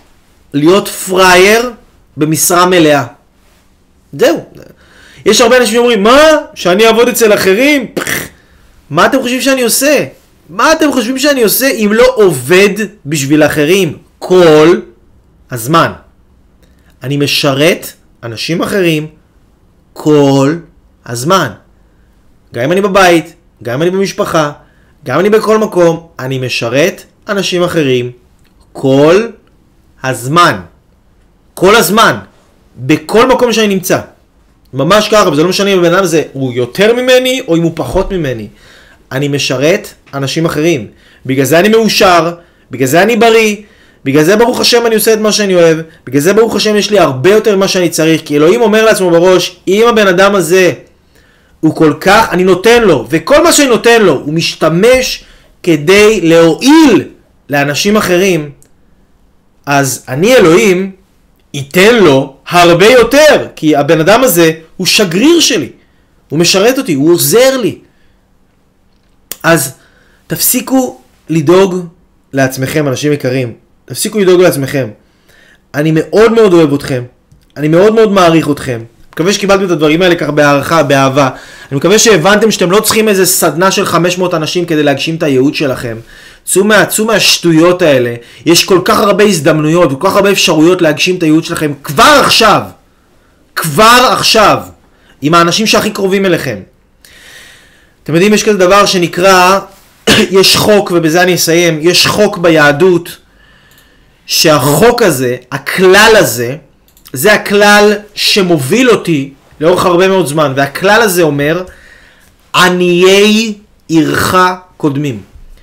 להיות פרייר במשרה מלאה. זהו. יש הרבה אנשים שאומרים, מה? שאני אעבוד אצל אחרים? מה אתם חושבים שאני עושה? מה אתם חושבים שאני עושה אם לא עובד בשביל אחרים כל הזמן? אני משרת אנשים אחרים כל הזמן. גם אם אני בבית, גם אם אני במשפחה, גם אם אני בכל מקום, אני משרת אנשים אחרים כל הזמן. כל הזמן. בכל מקום שאני נמצא. ממש ככה, וזה לא משנה אם הבן אדם הזה הוא יותר ממני או אם הוא פחות ממני. אני משרת אנשים אחרים. בגלל זה אני מאושר, בגלל זה אני בריא, בגלל זה ברוך השם אני עושה את מה שאני אוהב, בגלל זה ברוך השם יש לי הרבה יותר ממה שאני צריך, כי אלוהים אומר לעצמו בראש, אם הבן אדם הזה הוא כל כך, אני נותן לו, וכל מה שאני נותן לו, הוא משתמש כדי להועיל לאנשים אחרים, אז אני אלוהים ייתן לו הרבה יותר, כי הבן אדם הזה הוא שגריר שלי, הוא משרת אותי, הוא עוזר לי. אז תפסיקו לדאוג לעצמכם, אנשים יקרים. תפסיקו לדאוג לעצמכם. אני מאוד מאוד אוהב אתכם. אני מאוד מאוד מעריך אתכם. מקווה שקיבלתם את הדברים האלה כך בהערכה, באהבה. אני מקווה שהבנתם שאתם לא צריכים איזה סדנה של חמש מאות אנשים כדי להגשים את הייעוד שלכם. צאו מה, צאו מהשטויות האלה. יש כל כך הרבה הזדמנויות וכל כך הרבה אפשרויות להגשים את הייעוד שלכם כבר עכשיו. כבר עכשיו. עם האנשים שהכי קרובים אליכם. אתם יודעים, יש כזה דבר שנקרא, יש חוק, ובזה אני אסיים, יש חוק ביהדות, שהחוק הזה, הכלל הזה, זה הכלל שמוביל אותי לאורך הרבה מאוד זמן, והכלל הזה אומר, עניי עירך קודמים.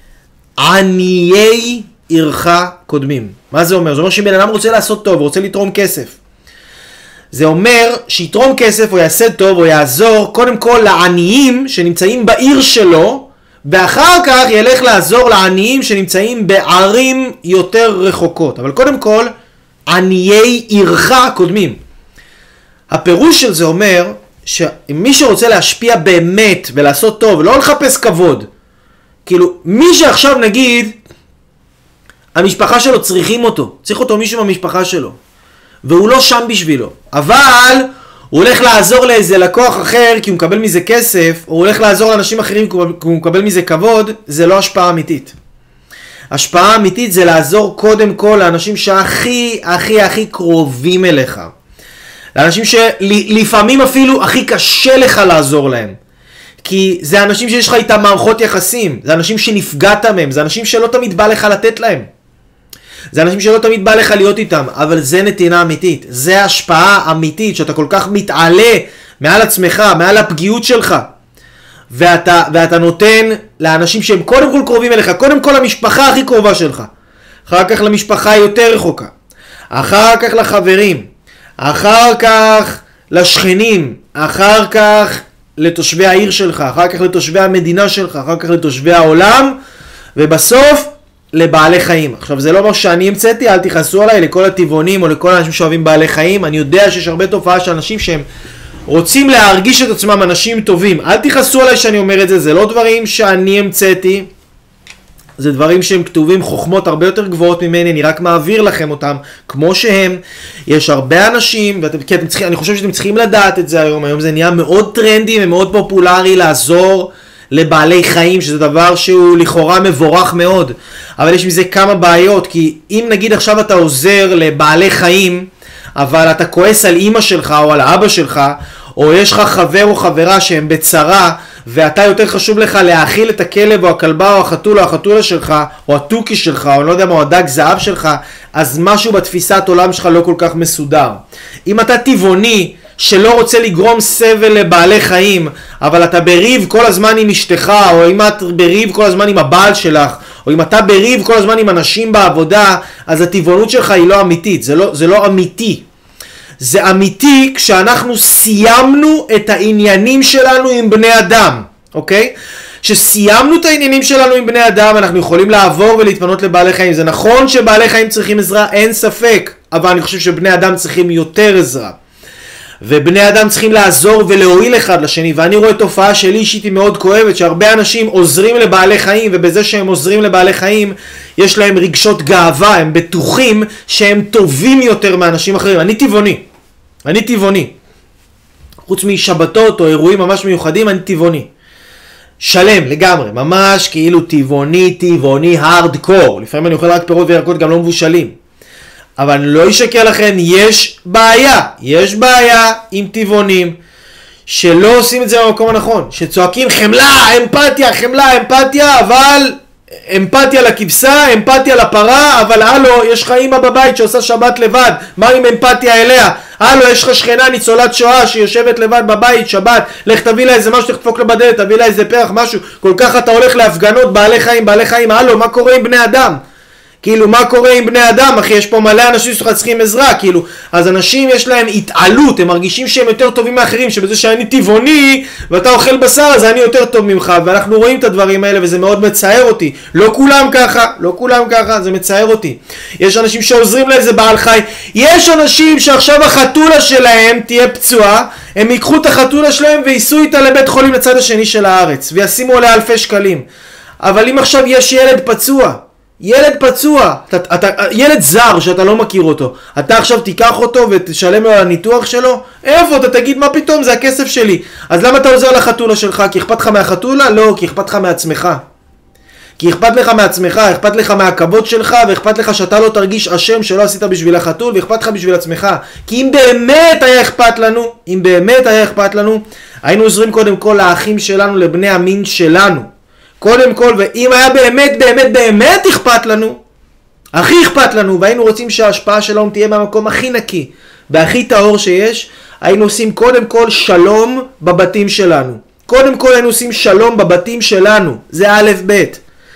עניי עירך קודמים. מה זה אומר? זה אומר שאם בן אדם רוצה לעשות טוב, רוצה לתרום כסף, זה אומר שיתרום כסף או יעשה טוב או יעזור קודם כל לעניים שנמצאים בעיר שלו, ואחר כך ילך לעזור לעניים שנמצאים בערים יותר רחוקות. אבל קודם כל, עניי עירך קודמים. הפירוש של זה אומר שמי שרוצה להשפיע באמת ולעשות טוב, לא לחפש כבוד, כאילו מי שעכשיו נגיד המשפחה שלו צריכים אותו, צריך אותו מישהו מהמשפחה שלו, והוא לא שם בשבילו, אבל הוא הולך לעזור לאיזה לקוח אחר כי הוא מקבל מזה כסף, או הוא הולך לעזור לאנשים אחרים כי הוא מקבל מזה כבוד, זה לא השפעה אמיתית. השפעה אמיתית זה לעזור קודם כל לאנשים שהכי הכי הכי קרובים אליך. לאנשים שלפעמים אפילו הכי קשה לך לעזור להם. כי זה אנשים שיש לך איתם מערכות יחסים, זה אנשים שנפגעת מהם, זה אנשים שלא תמיד בא לך לתת להם. זה אנשים שלא תמיד בא לך להיות איתם, אבל זה נתינה אמיתית. זה השפעה אמיתית, שאתה כל כך מתעלה מעל עצמך, מעל הפגיעות שלך. ואתה, ואתה נותן לאנשים שהם קודם כל קרובים אליך, קודם כל למשפחה הכי קרובה שלך. אחר כך למשפחה יותר רחוקה. אחר כך לחברים. אחר כך לשכנים. אחר כך לתושבי העיר שלך. אחר כך לתושבי המדינה שלך. אחר כך לתושבי העולם. ובסוף לבעלי חיים. עכשיו זה לא אומר שאני המצאתי, אל תכעסו עליי, לכל הטבעונים או לכל האנשים שאוהבים בעלי חיים. אני יודע שיש הרבה תופעה של אנשים שהם רוצים להרגיש את עצמם אנשים טובים. אל תכעסו עליי שאני אומר את זה, זה לא דברים שאני המצאתי. זה דברים שהם כתובים, חוכמות הרבה יותר גבוהות ממני, אני רק מעביר לכם אותם כמו שהם. יש הרבה אנשים, ואתם, כי אתם צריכים, אני חושב שאתם צריכים לדעת את זה היום. היום זה נהיה מאוד טרנדי ומאוד פופולרי לעזור לבעלי חיים, שזה דבר שהוא לכאורה מבורך מאוד. אבל יש מזה כמה בעיות, כי אם נגיד עכשיו אתה עוזר לבעלי חיים, אבל אתה כועס על אמא שלך או על האבא שלך, או יש לך חבר או חברה שהם בצרה, ואתה יותר חשוב לך להאכיל את הכלב או הכלבה או החתול או החתולה שלך, או התוכי שלך, או לא יודע מה, או הדג זהב שלך, אז משהו בתפיסת עולם שלך לא כל כך מסודר. אם אתה טבעוני שלא רוצה לגרום סבל לבעלי חיים, אבל אתה בריב כל הזמן עם אשתך, או אם את בריב כל הזמן עם הבעל שלך, או אם אתה בריב כל הזמן עם אנשים בעבודה, אז הטבעונות שלך היא לא אמיתית, זה לא, זה לא אמיתי. זה אמיתי כשאנחנו סיימנו את העניינים שלנו עם בני אדם, אוקיי? כשסיימנו את העניינים שלנו עם בני אדם, אנחנו יכולים לעבור ולהתפנות לבעלי חיים. זה נכון שבעלי חיים צריכים עזרה, אין ספק, אבל אני חושב שבני אדם צריכים יותר עזרה. ובני אדם צריכים לעזור ולהועיל אחד לשני, ואני רואה תופעה שלי אישית היא מאוד כואבת, שהרבה אנשים עוזרים לבעלי חיים, ובזה שהם עוזרים לבעלי חיים יש להם רגשות גאווה, הם בטוחים שהם טובים יותר מאנשים אחרים. אני טבעוני, אני טבעוני, חוץ משבתות או אירועים ממש מיוחדים, אני טבעוני שלם לגמרי, ממש כאילו טבעוני, טבעוני הארדקור. לפעמים אני אוכל רק פירות וירקות גם לא מבושלים, אבל אני לא אשקר לכם, יש בעיה, יש בעיה עם טבעונים שלא עושים את זה במקום הנכון, שצועקים חמלה, אמפתיה, חמלה, אמפתיה, אבל אמפתיה לכבשה, אמפתיה לפרה, אבל הלו, יש לך אמא בבית שעושה שבת לבד, מה עם אמפתיה אליה? הלו, יש לך שכנה ניצולת שואה שיושבת לבד בבית, שבת, לך תביא לה איזה משהו, תחפוק לה בדלת, תביא לה איזה פרח, משהו, כל כך אתה הולך להפגנות, בעלי חיים, בעלי חיים, הלו, מה קורה עם בני אדם? כאילו, מה קורה עם בני אדם? אחי, יש פה מלא אנשים שצריכים עזרה, כאילו. אז אנשים יש להם התעלות, הם מרגישים שהם יותר טובים מאחרים, שבזה שאני טבעוני ואתה אוכל בשר, אז אני יותר טוב ממך, ואנחנו רואים את הדברים האלה וזה מאוד מצער אותי. לא כולם ככה, לא כולם ככה, זה מצער אותי. יש אנשים שעוזרים לאיזה בעל חי, יש אנשים שעכשיו החתולה שלהם תהיה פצועה, הם ייקחו את החתולה שלהם וייסעו איתה לבית חולים לצד השני של הארץ, וישימו עליה אלפי שקלים. אבל אם עכשיו יש ילד פצוע, ילד פצוע, אתה, אתה, ילד זר שאתה לא מכיר אותו, אתה עכשיו תיקח אותו ותשלם לו על הניתוח שלו? איפה? אתה תגיד מה פתאום, זה הכסף שלי. אז למה אתה עוזר לחתולה שלך? כי אכפת לך מהחתולה? לא, כי אכפת לך מעצמך. כי אכפת לך מעצמך, אכפת לך מהכבוד שלך, ואכפת לך שאתה לא תרגיש אשם שלא עשית בשביל החתול, ואכפת לך בשביל עצמך. כי אם באמת היה אכפת לנו, אם באמת היה אכפת לנו, היינו עוזרים קודם כל לאחים שלנו, לבני המין שלנו. קודם כל, ואם היה באמת באמת באמת אכפת לנו, הכי אכפת לנו, והיינו רוצים שההשפעה שלנו תהיה במקום הכי נקי והכי טהור שיש, היינו עושים קודם כל שלום בבתים שלנו. קודם כל היינו עושים שלום בבתים שלנו, זה א' ב'.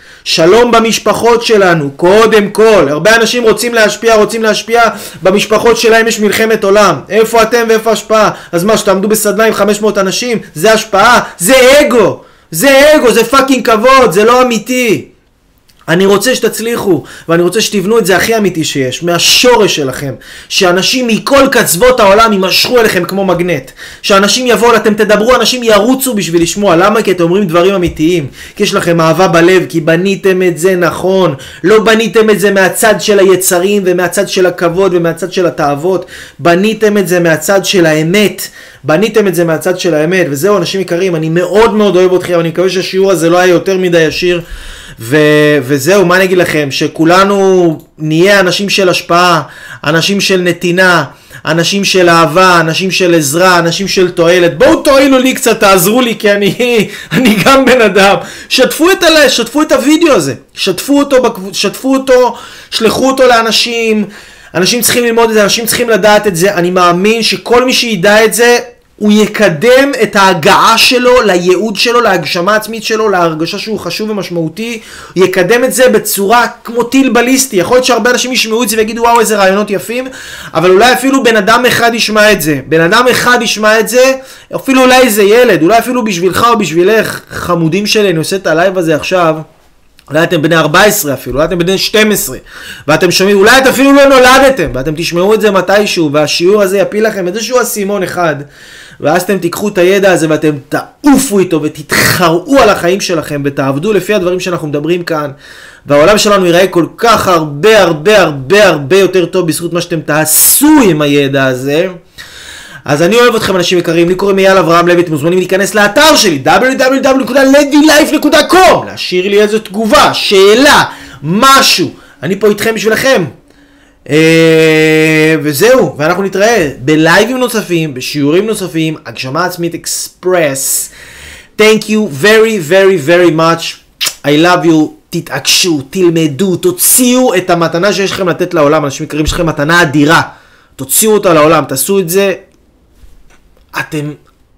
שלום במשפחות שלנו, קודם כל. הרבה אנשים רוצים להשפיע, רוצים להשפיע, במשפחות שלהם יש מלחמת עולם. איפה אתם ואיפה השפעה? אז מה, שתעמדו בסדנה עם חמש מאות אנשים? זה השפעה? זה אגו. זה אגו, זה פאקינג כבוד, זה לא אמיתי. אני רוצה שתצליחו, ואני רוצה שתבנו את זה הכי אמיתי שיש, מהשורש שלכם. שאנשים מכל קצוות העולם יימשכו אליכם כמו מגנט. שאנשים יבואו, אתם תדברו, אנשים ירוצו בשביל לשמוע. למה? כי אתם אומרים דברים אמיתיים. כי יש לכם אהבה בלב, כי בניתם את זה נכון. לא בניתם את זה מהצד של היצרים, ומהצד של הכבוד, ומהצד של התאוות. בניתם את זה מהצד של האמת. בניתם את זה מהצד של האמת. וזהו, אנשים יקרים, אני מאוד מאוד אוהב אתכם. אני מקווה שהשיעור הזה לא היה יותר מדי ישיר. ו... וזהו, מה אני אגיד לכם? שכולנו נהיה אנשים של השפעה, אנשים של נתינה, אנשים של אהבה, אנשים של עזרה, אנשים של תועלת. בואו תועילו לי קצת, תעזרו לי, כי אני, אני גם בן אדם. שתפו את, ה... שתפו את הוידאו הזה, שתפו אותו, שתפו אותו, שלחו אותו לאנשים. אנשים צריכים ללמוד את זה, אנשים צריכים לדעת את זה. אני מאמין שכל מי שידע את זה, הוא יקדם את ההגעה שלו לייעוד שלו, להגשמה עצמית שלו, להרגשה שהוא חשוב ומשמעותי. הוא יקדם את זה בצורה כמו טיל בליסטי. יכול להיות שהרבה אנשים ישמעו את זה ויגידו וואו איזה רעיונות יפים, אבל אולי אפילו בן אדם אחד ישמע את זה. בן אדם אחד ישמע את זה, אפילו אולי איזה ילד, אולי אפילו בשבילך או בשבילך, חמודים שלי, אני עושה את הלייב הזה עכשיו. אולי אתם בני ארבע עשרה אפילו, אולי אתם בני שתים עשרה, ואתם שומעים, אולי אתם אפילו לא נולדתם, ואתם תשמעו את זה מתישהו, והשיעור הזה יפיל לכם איזשהו אסימון אחד, ואז אתם תיקחו את הידע הזה ואתם תעופו איתו ותתחרו על החיים שלכם ותעבדו לפי הדברים שאנחנו מדברים כאן, והעולם שלנו ייראה כל כך הרבה הרבה הרבה הרבה יותר טוב בזכות מה שאתם תעשו עם הידע הזה. אז אני אוהב אתכם אנשים יקרים, לי קוראים אייל אברהם לוי, אתם מוזמנים להיכנס לאתר שלי דאבליו דאבליו דאבליו נקודה לוי לייף נקודה קום, להשאיר לי איזו תגובה, שאלה, משהו, אני פה איתכם בשבילכם. וזהו, ואנחנו נתראה בלייבים נוספים, בשיעורים נוספים, הגשמה עצמית אקספרס. Thank you very very very much, I love you. תתעקשו, תלמדו, תוציאו את המתנה שיש לכם לתת לעולם. אנשים יקרים, יש לכם מתנה אדירה, תוציאו אותה לעולם, תעשו את זה. אתם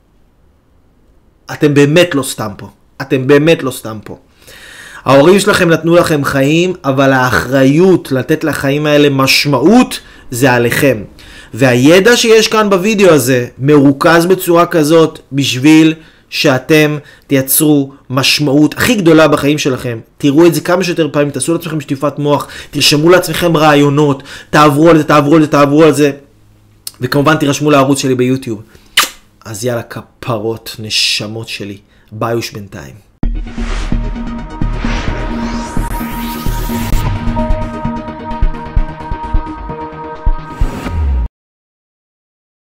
אתם באמת לא סתם פה, אתם באמת לא סתם פה. ההורים שלכם נתנו לכם חיים, אבל האחריות לתת לחיים האלה משמעות זה עליכם. והידע שיש כאן בווידאו הזה מרוכז בצורה כזאת בשביל שאתם תייצרו משמעות הכי גדולה בחיים שלכם. תראו את זה כמה שיותר פעמים, תעשו לעצמכם שטיפת מוח, תרשמו לעצמכם רעיונות, תעברו על זה, תעברו על זה, תעברו על זה. וכמובן תירשמו לערוץ שלי ביוטיוב. אז יאללה, כפרות, נשמות שלי. ביוש בינתיים.